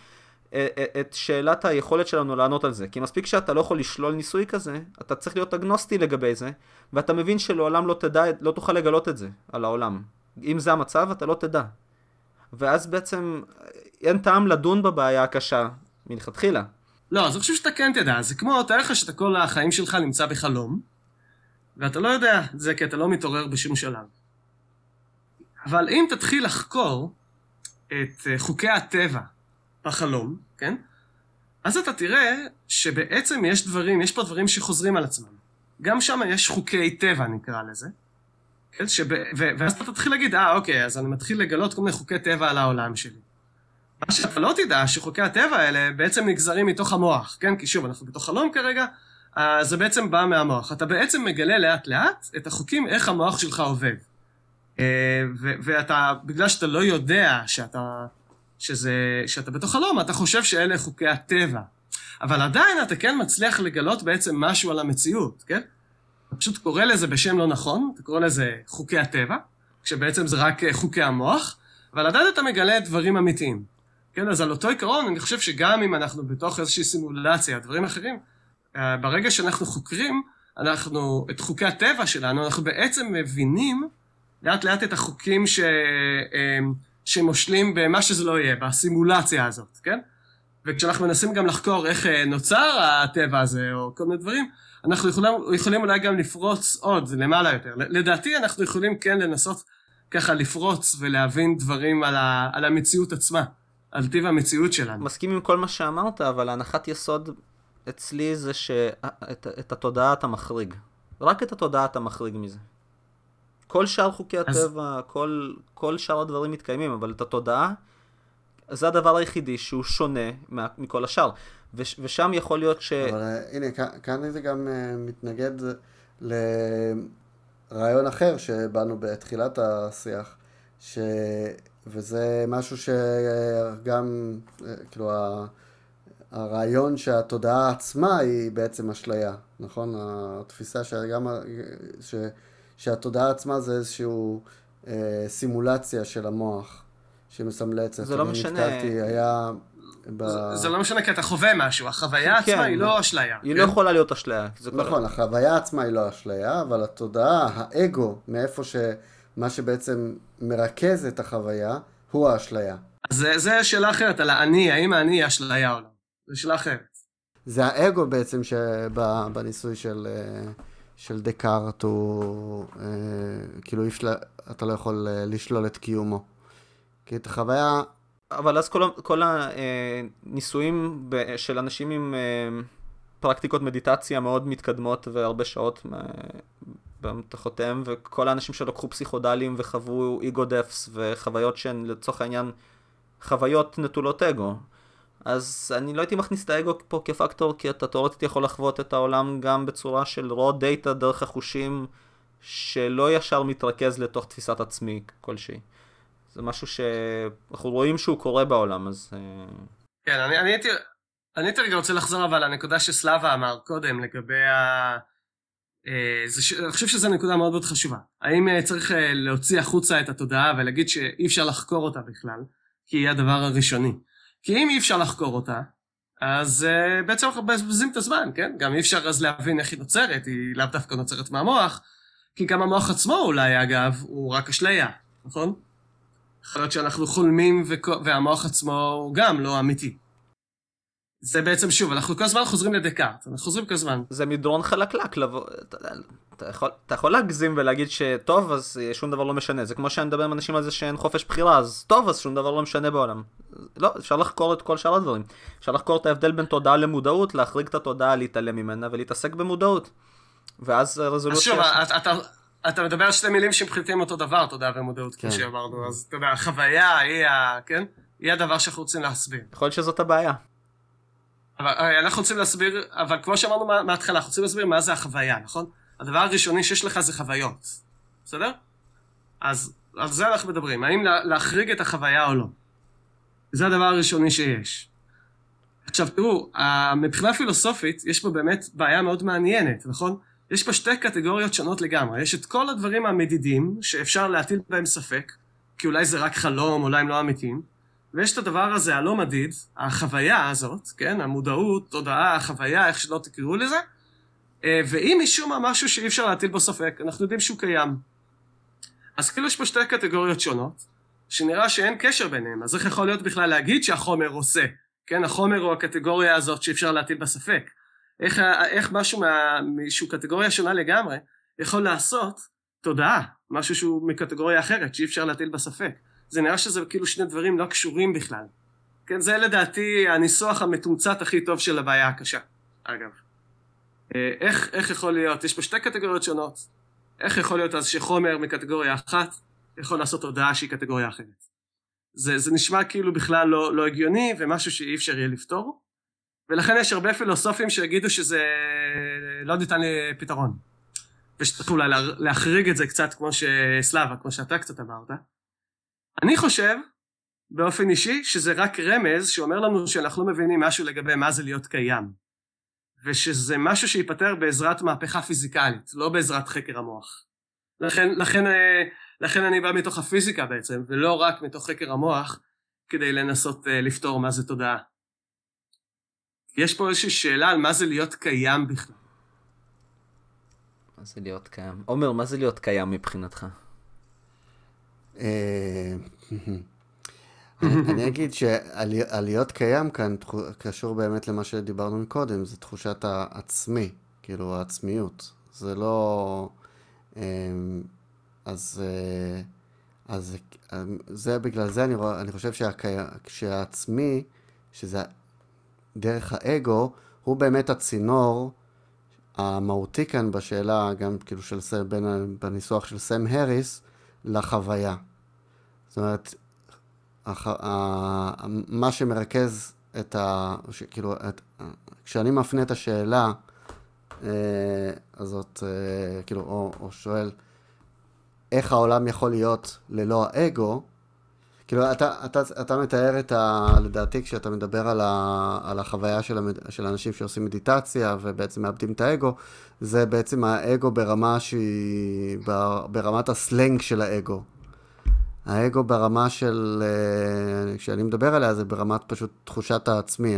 את שאלת היכולת שלנו לענות על זה. כי מספיק שאתה לא יכול לשלול ניסוי כזה, אתה צריך להיות אגנוסטי לגבי זה, ואתה מבין שלעולם לא תדע, לא תוכל לגלות את זה על העולם. אם זה המצב, אתה לא תדע. ואז בעצם אין טעם לדון בבעיה הקשה מלכתחילה. לא, אז אני חושב שאתה כן תדע. זה כמו, תאר לך שאתה כל החיים שלך נמצא בחלום, ואתה לא יודע את זה כי אתה לא מתעורר בשום שלב. אבל אם תתחיל לחקור את חוקי הטבע בחלום, כן? אז אתה תראה שבעצם יש דברים, יש פה דברים שחוזרים על עצמם. גם שם יש חוקי טבע, נקרא לזה. כן? שב... ו... ואז אתה תתחיל להגיד, אה, אוקיי, אז אני מתחיל לגלות כל מיני חוקי טבע על העולם שלי. מה שאתה לא תדע, שחוקי הטבע האלה בעצם נגזרים מתוך המוח, כן? כי שוב, אנחנו בתוך חלום כרגע, אז זה בעצם בא מהמוח. אתה בעצם מגלה לאט לאט את החוקים, איך המוח שלך עובד. ו... ואתה, בגלל שאתה לא יודע שאתה, שזה... שאתה בתוך חלום, אתה חושב שאלה חוקי הטבע. אבל עדיין אתה כן מצליח לגלות בעצם משהו על המציאות, כן? אתה פשוט קורא לזה בשם לא נכון, אתה קורא לזה חוקי הטבע, כשבעצם זה רק חוקי המוח, אבל עדיין אתה מגלה דברים אמיתיים. כן, אז על אותו עיקרון, אני חושב שגם אם אנחנו בתוך איזושהי סימולציה, דברים אחרים, ברגע שאנחנו חוקרים, אנחנו, את חוקי הטבע שלנו, אנחנו בעצם מבינים לאט לאט את החוקים ש, שמושלים במה שזה לא יהיה, בסימולציה הזאת, כן? וכשאנחנו מנסים גם לחקור איך נוצר הטבע הזה, או כל מיני דברים, אנחנו יכולים, יכולים אולי גם לפרוץ עוד, למעלה יותר. לדעתי אנחנו יכולים כן לנסות ככה לפרוץ ולהבין דברים על, ה, על המציאות עצמה, על טיב המציאות שלנו. מסכים עם כל מה שאמרת, אבל ההנחת יסוד אצלי זה שאת את התודעה אתה מחריג. רק את התודעה אתה מחריג מזה. כל שאר חוקי הטבע, אז... כל, כל שאר הדברים מתקיימים, אבל את התודעה, זה הדבר היחידי שהוא שונה מכל השאר. וש, ושם יכול להיות ש... אבל הנה, כאן, כאן זה גם uh, מתנגד לרעיון אחר שבאנו בתחילת השיח, ש... וזה משהו שגם, כאילו, הרעיון שהתודעה עצמה היא בעצם אשליה, נכון? התפיסה שגם, ש... שהתודעה עצמה זה איזשהו אה, סימולציה של המוח שמסמלצת. זה לא משנה. נתקלתי, היה... ב... זה, זה לא משנה כי אתה חווה משהו, החוויה כן, עצמה היא לא אשליה. היא כן? לא יכולה להיות אשליה. נכון, החוויה עצמה היא לא אשליה, אבל התודעה, האגו, מאיפה שמה שבעצם מרכז את החוויה, הוא האשליה. אז זה, זה שאלה אחרת, על האני, האם האני היא אשליה או לא. זו שאלה אחרת. זה האגו בעצם שבניסוי של, של דקארט הוא, כאילו אתה לא יכול לשלול את קיומו. כי את החוויה... אבל אז כל, כל הניסויים של אנשים עם פרקטיקות מדיטציה מאוד מתקדמות והרבה שעות במתחותיהם, וכל האנשים שלקחו פסיכודלים וחוו איגו דפס וחוויות שהן לצורך העניין חוויות נטולות אגו. אז אני לא הייתי מכניס את האגו פה כפקטור, כי אתה תאורטית יכול לחוות את העולם גם בצורה של raw data דרך החושים שלא ישר מתרכז לתוך תפיסת עצמי כלשהי. זה משהו שאנחנו רואים שהוא קורה בעולם, אז... כן, אני, אני הייתי, אני הייתי רגע רוצה לחזור אבל לנקודה שסלאבה אמר קודם לגבי ה... זה, אני חושב שזו נקודה מאוד מאוד חשובה. האם צריך להוציא החוצה את התודעה ולהגיד שאי אפשר לחקור אותה בכלל, כי היא הדבר הראשוני. כי אם אי אפשר לחקור אותה, אז uh, בעצם אנחנו מבזבזים את הזמן, כן? גם אי אפשר אז להבין איך היא נוצרת, היא לאו דווקא נוצרת מהמוח, כי גם המוח עצמו אולי, אגב, הוא רק אשליה, נכון? יכול להיות שאנחנו חולמים וכו... והמוח עצמו הוא גם לא אמיתי. זה בעצם שוב, אנחנו כל הזמן חוזרים לדקארט, אנחנו חוזרים כל הזמן. זה מדרון חלקלק, לבוא... אתה, אתה, יכול, אתה יכול להגזים ולהגיד שטוב, אז שום דבר לא משנה. זה כמו שאני מדבר עם אנשים על זה שאין חופש בחירה, אז טוב, אז שום דבר לא משנה בעולם. לא, אפשר לחקור את כל שאר הדברים. אפשר לחקור את ההבדל בין תודעה למודעות, להחריג את התודעה, להתעלם ממנה ולהתעסק במודעות. ואז רזולוציה... אז שוב, אתה, אתה מדבר על שתי מילים שמבחינתיים אותו דבר, תודעה ומודעות, כן. כמו שאמרנו. אז אתה יודע, החוויה היא, ה, כן? היא הדבר שאנחנו רוצים להסביר. יכול להיות שזאת הבעיה. אבל אנחנו רוצים להסביר, אבל כמו שאמרנו מההתחלה, אנחנו רוצים להסביר מה זה החוויה, נכון? הדבר הראשוני שיש לך זה חוויות, בסדר? אז על זה אנחנו מדברים, האם להחריג את החוויה או לא. זה הדבר הראשוני שיש. עכשיו תראו, מבחינה פילוסופית יש פה באמת בעיה מאוד מעניינת, נכון? יש פה שתי קטגוריות שונות לגמרי, יש את כל הדברים המדידים שאפשר להטיל בהם ספק, כי אולי זה רק חלום, אולי הם לא אמיתיים, ויש את הדבר הזה הלא מדיד, החוויה הזאת, כן, המודעות, תודעה, החוויה, איך שלא תקראו לזה, ואם משום מה משהו שאי אפשר להטיל בו ספק, אנחנו יודעים שהוא קיים. אז כאילו יש פה שתי קטגוריות שונות, שנראה שאין קשר ביניהם, אז איך יכול להיות בכלל להגיד שהחומר עושה, כן, החומר הוא הקטגוריה הזאת שאפשר להטיל בה ספק. איך, איך משהו שהוא קטגוריה שונה לגמרי, יכול לעשות תודעה, משהו שהוא מקטגוריה אחרת, שאי אפשר להטיל בה ספק. זה נראה שזה כאילו שני דברים לא קשורים בכלל. כן, זה לדעתי הניסוח המתומצת הכי טוב של הבעיה הקשה, אגב. איך, איך יכול להיות, יש פה שתי קטגוריות שונות, איך יכול להיות אז שחומר מקטגוריה אחת, יכול לעשות תודעה שהיא קטגוריה אחרת. זה, זה נשמע כאילו בכלל לא, לא הגיוני, ומשהו שאי אפשר יהיה לפתור, ולכן יש הרבה פילוסופים שיגידו שזה לא ניתן לפתרון. ושתוכלו אולי להחריג את זה קצת כמו שסלאבה, כמו שאתה קצת אמרת. אני חושב, באופן אישי, שזה רק רמז שאומר לנו שאנחנו לא מבינים משהו לגבי מה זה להיות קיים. ושזה משהו שיפטר בעזרת מהפכה פיזיקלית, לא בעזרת חקר המוח. לכן, לכן, לכן אני בא מתוך הפיזיקה בעצם, ולא רק מתוך חקר המוח, כדי לנסות לפתור מה זה תודעה. יש פה איזושהי שאלה על מה זה להיות קיים בכלל. מה זה להיות קיים? עומר, מה זה להיות קיים מבחינתך? אני אגיד שעליות קיים כאן קשור באמת למה שדיברנו מקודם, זה תחושת העצמי, כאילו העצמיות. זה לא... אז... אז זה בגלל זה אני, אני חושב שהעצמי, שזה דרך האגו, הוא באמת הצינור המהותי כאן בשאלה, גם כאילו של סם, בין, בניסוח של סם הריס, לחוויה. זאת אומרת, הח, ה, מה שמרכז את ה... ש, כאילו, את, כשאני מפנה את השאלה הזאת, כאילו, או, או שואל, איך העולם יכול להיות ללא האגו, כאילו, אתה, אתה, אתה מתאר את ה... לדעתי, כשאתה מדבר על, ה, על החוויה של, המד, של אנשים שעושים מדיטציה ובעצם מאבדים את האגו, זה בעצם האגו ברמה שהיא... ברמת הסלנג של האגו. האגו ברמה של, כשאני מדבר עליה, זה ברמת פשוט תחושת העצמי,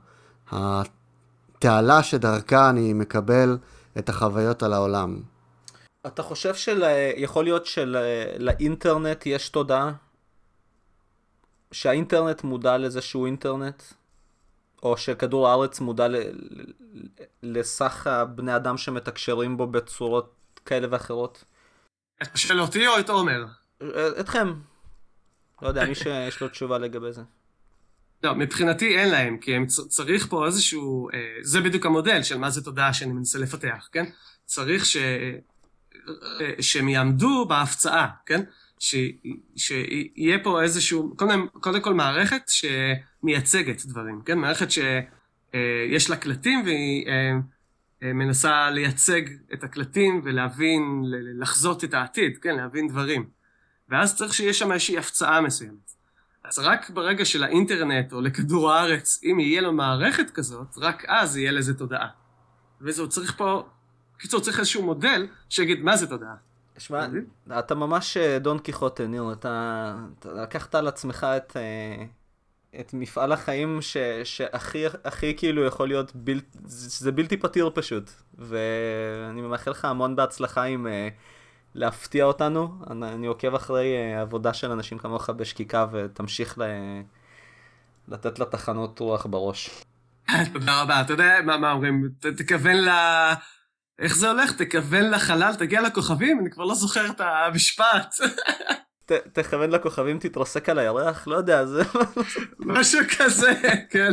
התעלה שדרכה אני מקבל את החוויות על העולם. אתה חושב שיכול להיות שלאינטרנט יש תודעה? שהאינטרנט מודע לאיזשהו אינטרנט? או שכדור הארץ מודע לסך הבני אדם שמתקשרים בו בצורות כאלה ואחרות? אתה שואל אותי או את עומר? אתכם. לא יודע, מי שיש לו תשובה לגבי זה. לא, מבחינתי אין להם, כי הם צריך פה איזשהו, זה בדיוק המודל של מה זה תודעה שאני מנסה לפתח, כן? צריך ש... שהם יעמדו בהפצעה, כן? ש... שיהיה פה איזשהו, קודם, קודם כל מערכת שמייצגת דברים, כן? מערכת שיש לה קלטים והיא מנסה לייצג את הקלטים ולהבין, לחזות את העתיד, כן? להבין דברים. ואז צריך שיהיה שם איזושהי הפצעה מסוימת. אז רק ברגע של האינטרנט או לכדור הארץ, אם יהיה לו מערכת כזאת, רק אז יהיה לזה תודעה. וזהו, צריך פה, קיצור, צריך איזשהו מודל שיגיד מה זה תודעה. שמע, אתה ממש דון קיחוטה, ניר, אתה, אתה לקחת על עצמך את, את מפעל החיים ש, שהכי הכי כאילו יכול להיות, בל, זה בלתי פתיר פשוט. ואני מאחל לך המון בהצלחה עם להפתיע אותנו. אני, אני עוקב אחרי עבודה של אנשים כמוך בשקיקה, ותמשיך ל, לתת לתחנות רוח בראש. תודה רבה. אתה יודע מה, מה אומרים? ת, תכוון ל... איך זה הולך? תכוון לחלל, תגיע לכוכבים? אני כבר לא זוכר את המשפט. ת, תכוון לכוכבים, תתרסק על הירח? לא יודע, זה... משהו כזה, כן.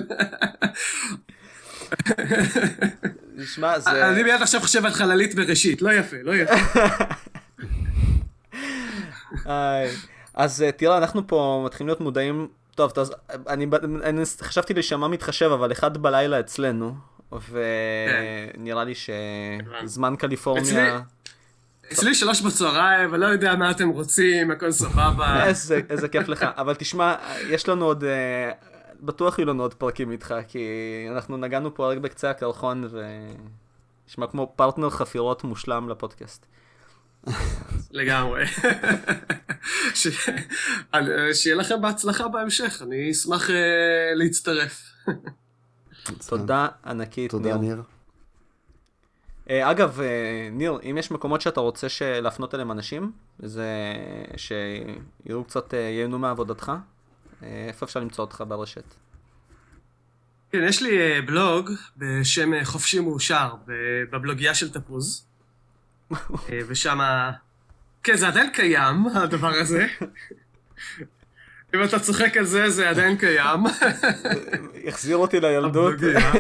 נשמע, זה... אני מיד עכשיו חושב על חללית בראשית, לא יפה, לא יפה. אז תראה, אנחנו פה מתחילים להיות מודעים... טוב, אז אני, אני חשבתי להישמע מתחשב, אבל אחד בלילה אצלנו, ונראה לי שזמן קליפורניה... אצלי שלוש בצהריים, אבל לא יודע מה אתם רוצים, הכל סבבה. איזה כיף לך. אבל תשמע, יש לנו עוד, בטוח יהיו לנו עוד פרקים איתך, כי אנחנו נגענו פה רק בקצה הקרחון, ונשמע כמו פרטנר חפירות מושלם לפודקאסט. לגמרי. שיהיה לכם בהצלחה בהמשך, אני אשמח להצטרף. תודה ענקית, ניר. תודה, ניר. אגב, ניר, אם יש מקומות שאתה רוצה להפנות אליהם אנשים, זה שיראו קצת, ייהנו מעבודתך, איפה אפשר למצוא אותך ברשת? כן, יש לי בלוג בשם חופשי מאושר, בבלוגיה של תפוז, ושם, כן, זה עדיין קיים, הדבר הזה. אם אתה צוחק על זה, זה עדיין קיים. יחזיר אותי לילדות.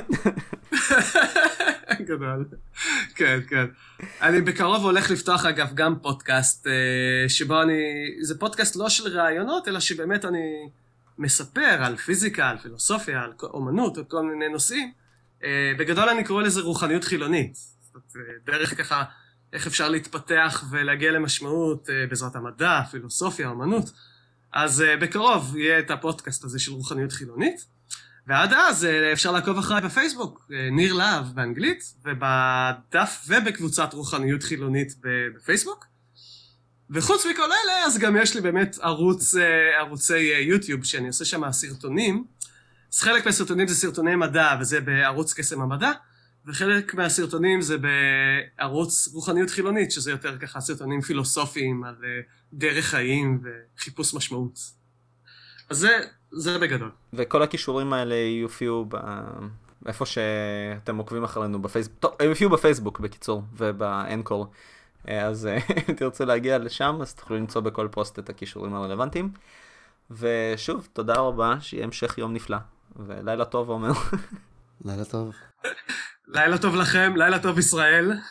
גדול. כן, כן. אני בקרוב הולך לפתוח אגב גם פודקאסט, שבו אני, זה פודקאסט לא של רעיונות, אלא שבאמת אני מספר על פיזיקה, על פילוסופיה, על אומנות, על כל מיני נושאים. בגדול אני קורא לזה רוחניות חילונית. דרך ככה, איך אפשר להתפתח ולהגיע למשמעות בעזרת המדע, פילוסופיה, אומנות. אז בקרוב יהיה את הפודקאסט הזה של רוחניות חילונית. ועד אז אפשר לעקוב אחריי בפייסבוק, ניר להב באנגלית, ובדף ובקבוצת רוחניות חילונית בפייסבוק. וחוץ מכל אלה, אז גם יש לי באמת ערוץ, ערוצי יוטיוב שאני עושה שם סרטונים. אז חלק מהסרטונים זה סרטוני מדע, וזה בערוץ קסם המדע, וחלק מהסרטונים זה בערוץ רוחניות חילונית, שזה יותר ככה סרטונים פילוסופיים על דרך חיים וחיפוש משמעות. אז זה... זה בגדול. וכל הכישורים האלה יופיעו באיפה שאתם עוקבים אחרינו בפייסבוק. טוב, הם יופיעו בפייסבוק בקיצור, ובאנקור. אז אם תרצו להגיע לשם, אז תוכלו למצוא בכל פוסט את הכישורים הרלוונטיים. ושוב, תודה רבה, שיהיה המשך יום נפלא. ולילה טוב, עומר. לילה טוב. לילה טוב לכם, לילה טוב ישראל.